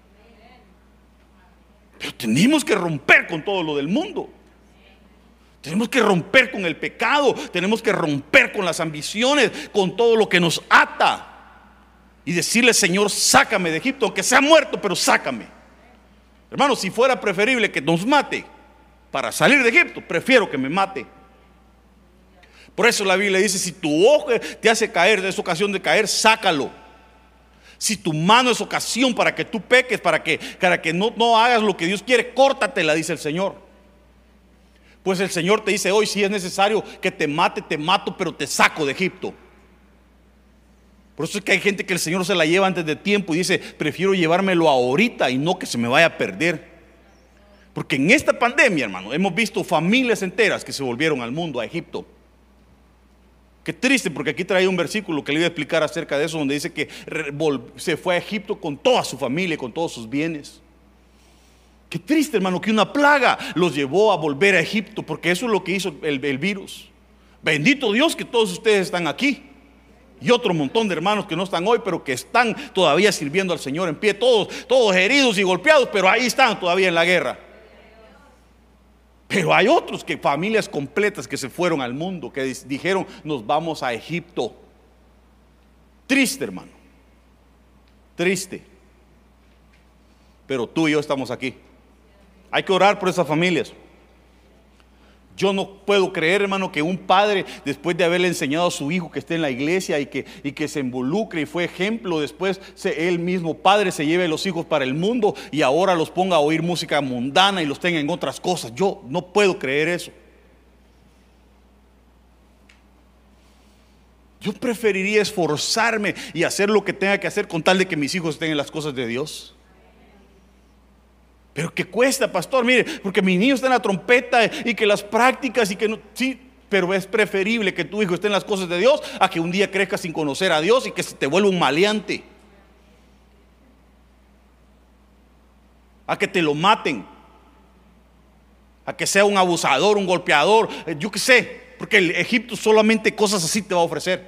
Pero tenemos que romper con todo lo del mundo. Tenemos que romper con el pecado, tenemos que romper con las ambiciones, con todo lo que nos ata. Y decirle, Señor, sácame de Egipto, aunque sea muerto, pero sácame. Hermano, si fuera preferible que nos mate, Para salir de Egipto, prefiero que me mate. Por eso la Biblia dice: si tu ojo te hace caer, es ocasión de caer, sácalo. Si tu mano es ocasión para que tú peques, para que, para que no, no hagas lo que Dios quiere, córtatela, dice el Señor. Pues el Señor te dice hoy: si es necesario que te mate, te mato, pero te saco de Egipto. Por eso es que hay gente que el Señor se la lleva antes de tiempo y dice: prefiero llevármelo ahorita y no que se me vaya a perder. Porque en esta pandemia, hermano, hemos visto familias enteras que se volvieron al mundo, a Egipto. Qué triste, porque aquí trae un versículo que le iba a explicar acerca de eso, donde dice que se fue a Egipto con toda su familia, con todos sus bienes. Qué triste, hermano, que una plaga los llevó a volver a Egipto, porque eso es lo que hizo el, el virus. Bendito Dios que todos ustedes están aquí. Y otro montón de hermanos que no están hoy, pero que están todavía sirviendo al Señor en pie. Todos, todos heridos y golpeados, pero ahí están todavía en la guerra. Pero hay otros, que familias completas que se fueron al mundo, que dijeron: nos vamos a Egipto. Triste, hermano, triste. Pero tú y yo estamos aquí. Hay que orar por esas familias. Yo no puedo creer, hermano, que un padre, después de haberle enseñado a su hijo que esté en la iglesia y que, y que se involucre y fue ejemplo, después se, él mismo padre se lleve a los hijos para el mundo y ahora los ponga a oír música mundana y los tenga en otras cosas. Yo no puedo creer eso. Yo preferiría esforzarme y hacer lo que tenga que hacer con tal de que mis hijos estén en las cosas de Dios. Pero que cuesta, pastor, mire, porque mi niño está en la trompeta y que las prácticas y que no, sí, pero es preferible que tu hijo esté en las cosas de Dios a que un día crezca sin conocer a Dios y que se te vuelva un maleante, a que te lo maten, a que sea un abusador, un golpeador, yo qué sé, porque el Egipto solamente cosas así te va a ofrecer.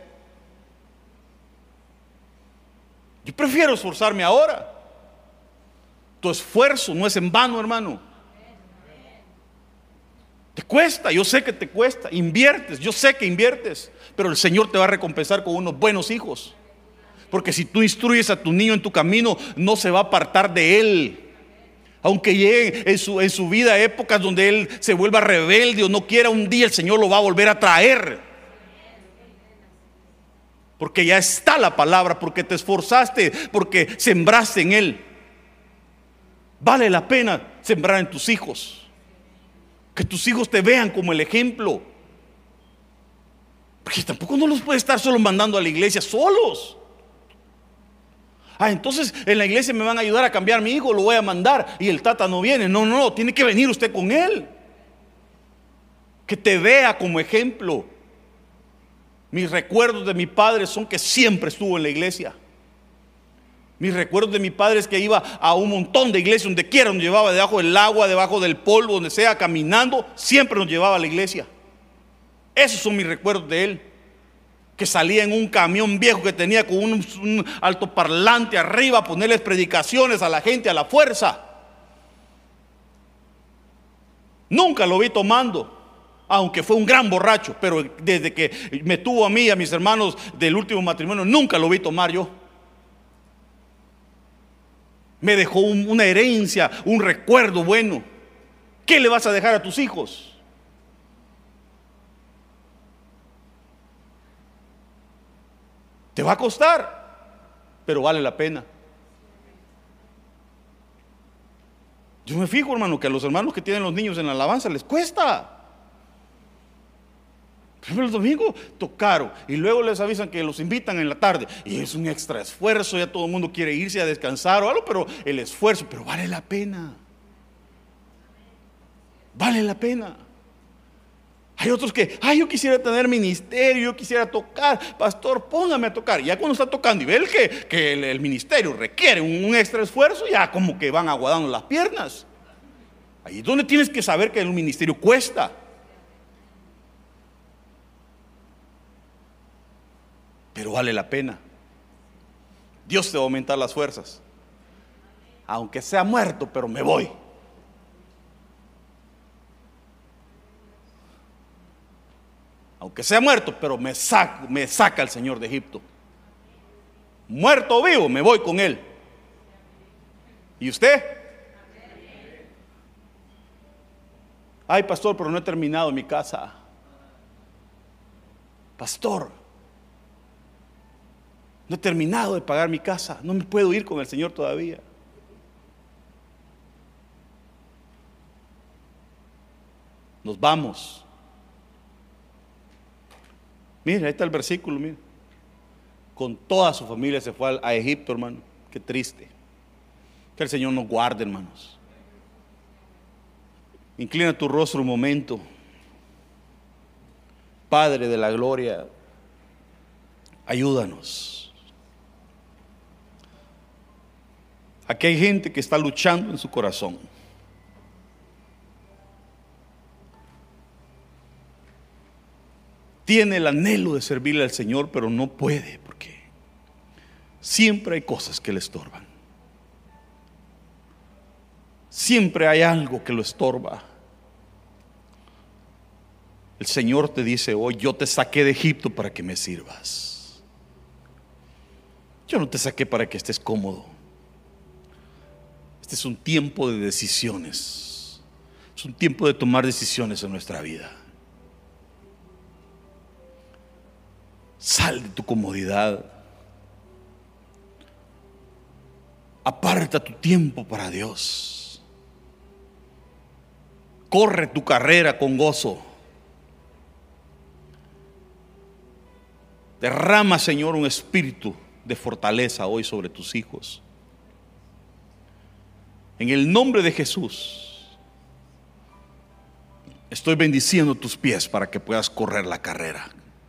Yo prefiero esforzarme ahora. Tu esfuerzo no es en vano, hermano. Te cuesta, yo sé que te cuesta. Inviertes, yo sé que inviertes, pero el Señor te va a recompensar con unos buenos hijos. Porque si tú instruyes a tu niño en tu camino, no se va a apartar de él. Aunque llegue en su, en su vida épocas donde él se vuelva rebelde o no quiera, un día el Señor lo va a volver a traer. Porque ya está la palabra, porque te esforzaste, porque sembraste en él. Vale la pena sembrar en tus hijos, que tus hijos te vean como el ejemplo, porque tampoco no los puedes estar solo mandando a la iglesia solos. Ah, entonces en la iglesia me van a ayudar a cambiar a mi hijo, lo voy a mandar y el tata no viene. No, no, no, tiene que venir usted con él, que te vea como ejemplo. Mis recuerdos de mi padre son que siempre estuvo en la iglesia. Mis recuerdos de mi padre es que iba a un montón de iglesias, donde quiera nos llevaba, debajo del agua, debajo del polvo, donde sea, caminando, siempre nos llevaba a la iglesia. Esos son mis recuerdos de él, que salía en un camión viejo que tenía con un, un altoparlante arriba a ponerles predicaciones a la gente a la fuerza. Nunca lo vi tomando, aunque fue un gran borracho, pero desde que me tuvo a mí y a mis hermanos del último matrimonio, nunca lo vi tomar yo. Me dejó un, una herencia, un recuerdo bueno. ¿Qué le vas a dejar a tus hijos? Te va a costar, pero vale la pena. Yo me fijo, hermano, que a los hermanos que tienen los niños en la alabanza les cuesta. El domingo tocaron y luego les avisan que los invitan en la tarde y es un extra esfuerzo. Ya todo el mundo quiere irse a descansar o algo, pero el esfuerzo, pero vale la pena. Vale la pena. Hay otros que, ay, yo quisiera tener ministerio, yo quisiera tocar. Pastor, póngame a tocar. Ya cuando está tocando y ve el que, que el, el ministerio requiere un, un extra esfuerzo, ya como que van aguadando las piernas. Ahí es donde tienes que saber que el ministerio cuesta. Pero vale la pena. Dios te va a aumentar las fuerzas. Aunque sea muerto, pero me voy. Aunque sea muerto, pero me saca, me saca el Señor de Egipto. Muerto o vivo, me voy con Él. ¿Y usted? Ay, pastor, pero no he terminado mi casa. Pastor, no he terminado de pagar mi casa. No me puedo ir con el Señor todavía. Nos vamos. Mira, ahí está el versículo, mira. Con toda su familia se fue a Egipto, hermano. Qué triste. Que el Señor nos guarde, hermanos. Inclina tu rostro un momento. Padre de la gloria, ayúdanos. Aquí hay gente que está luchando en su corazón. Tiene el anhelo de servirle al Señor, pero no puede porque siempre hay cosas que le estorban. Siempre hay algo que lo estorba. El Señor te dice hoy: yo te saqué de Egipto para que me sirvas. Yo no te saqué para que estés cómodo. Este es un tiempo de decisiones. Es un tiempo de tomar decisiones en nuestra vida. Sal de tu comodidad. Aparta tu tiempo para Dios. Corre tu carrera con gozo. Derrama, Señor, un espíritu de fortaleza hoy sobre tus hijos. En el nombre de Jesús, estoy bendiciendo tus pies para que puedas correr la carrera.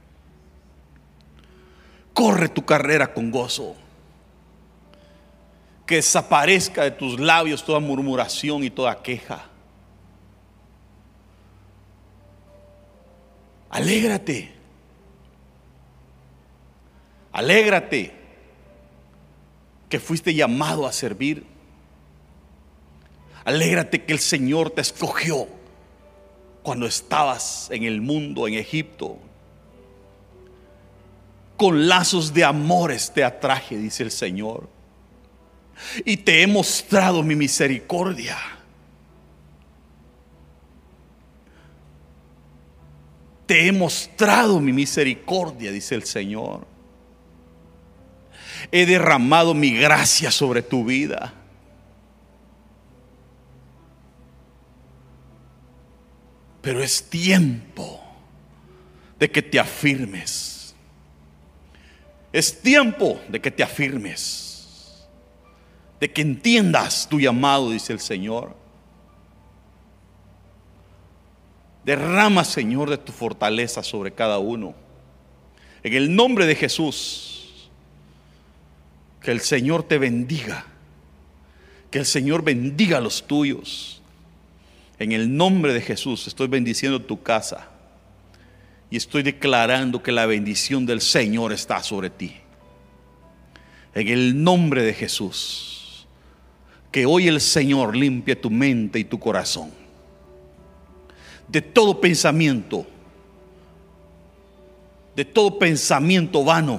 Corre tu carrera con gozo. Que desaparezca de tus labios toda murmuración y toda queja. Alégrate. Alégrate que fuiste llamado a servir. Alégrate que el Señor te escogió cuando estabas en el mundo, en Egipto. Con lazos de amores te atraje, dice el Señor, y te he mostrado mi misericordia. Te he mostrado mi misericordia, dice el Señor. He derramado mi gracia sobre tu vida. Pero es tiempo de que te afirmes. Es tiempo de que te afirmes, de que entiendas tu llamado, dice el Señor. Derrama, Señor, de tu fortaleza sobre cada uno. En el nombre de Jesús, que el Señor te bendiga. Que el Señor bendiga a los tuyos. En el nombre de Jesús estoy bendiciendo tu casa. Y estoy declarando que la bendición del Señor está sobre ti. En el nombre de Jesús. Que hoy el Señor limpie tu mente y tu corazón de todo pensamiento, de todo pensamiento vano,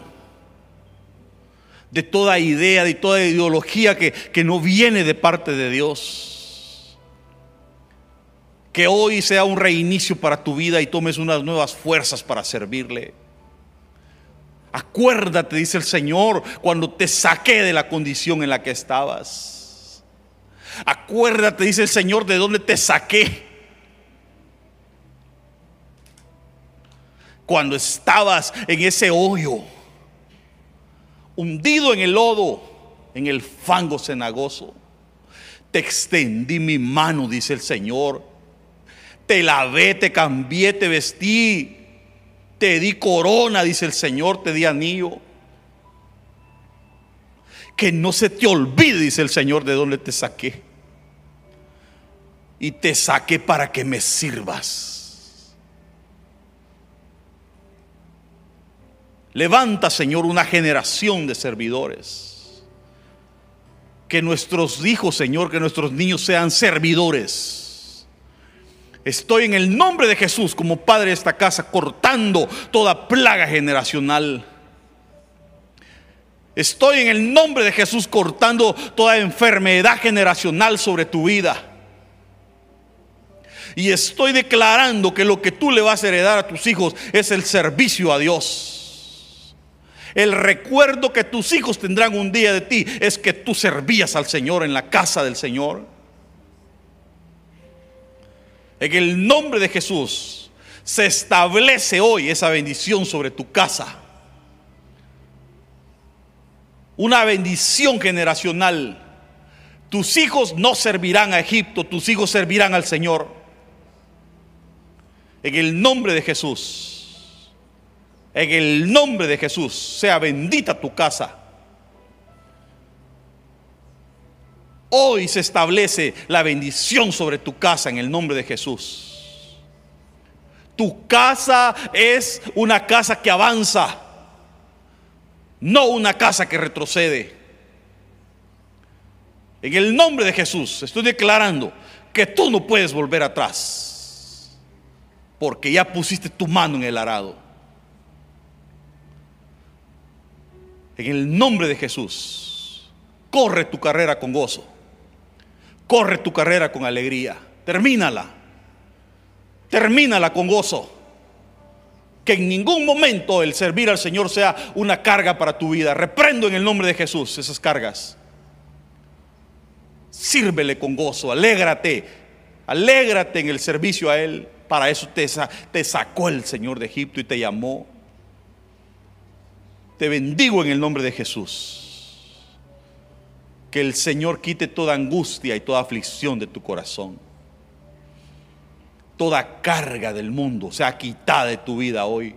de toda idea, de toda ideología que, que no viene de parte de Dios. Que hoy sea un reinicio para tu vida y tomes unas nuevas fuerzas para servirle. Acuérdate, dice el Señor, cuando te saqué de la condición en la que estabas. Acuérdate, dice el Señor, de dónde te saqué. Cuando estabas en ese hoyo, hundido en el lodo, en el fango cenagoso, te extendí mi mano, dice el Señor. Te lavé, te cambié, te vestí, te di corona, dice el Señor, te di anillo. Que no se te olvide, dice el Señor, de dónde te saqué. Y te saqué para que me sirvas. Levanta, Señor, una generación de servidores. Que nuestros hijos, Señor, que nuestros niños sean servidores. Estoy en el nombre de Jesús como padre de esta casa cortando toda plaga generacional. Estoy en el nombre de Jesús cortando toda enfermedad generacional sobre tu vida. Y estoy declarando que lo que tú le vas a heredar a tus hijos es el servicio a Dios. El recuerdo que tus hijos tendrán un día de ti es que tú servías al Señor en la casa del Señor. En el nombre de Jesús se establece hoy esa bendición sobre tu casa. Una bendición generacional. Tus hijos no servirán a Egipto, tus hijos servirán al Señor. En el nombre de Jesús, en el nombre de Jesús, sea bendita tu casa. Hoy se establece la bendición sobre tu casa en el nombre de Jesús. Tu casa es una casa que avanza, no una casa que retrocede. En el nombre de Jesús estoy declarando que tú no puedes volver atrás, porque ya pusiste tu mano en el arado. En el nombre de Jesús, corre tu carrera con gozo, corre tu carrera con alegría, termínala, termínala con gozo. Que en ningún momento el servir al Señor sea una carga para tu vida. Reprendo en el nombre de Jesús esas cargas. Sírvele con gozo, alégrate, alégrate en el servicio a Él. Para eso te, te sacó el Señor de Egipto y te llamó. Te bendigo en el nombre de Jesús. Que el Señor quite toda angustia y toda aflicción de tu corazón. Toda carga del mundo sea quitada de tu vida hoy.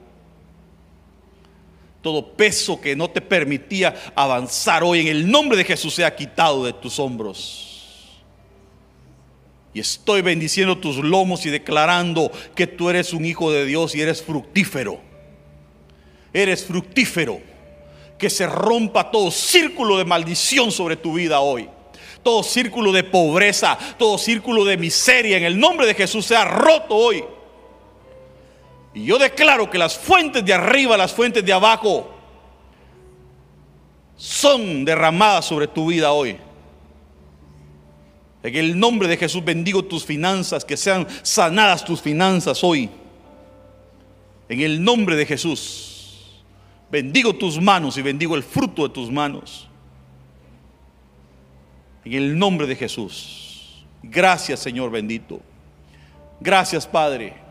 Todo peso que no te permitía avanzar hoy en el nombre de Jesús sea quitado de tus hombros. Y estoy bendiciendo tus lomos y declarando que tú eres un hijo de Dios y eres fructífero. Eres fructífero. Que se rompa todo círculo de maldición sobre tu vida hoy. Todo círculo de pobreza, todo círculo de miseria en el nombre de Jesús sea roto hoy. Y yo declaro que las fuentes de arriba, las fuentes de abajo son derramadas sobre tu vida hoy. En el nombre de Jesús bendigo tus finanzas, que sean sanadas tus finanzas hoy. En el nombre de Jesús bendigo tus manos y bendigo el fruto de tus manos. En el nombre de Jesús. Gracias, Señor bendito. Gracias, Padre.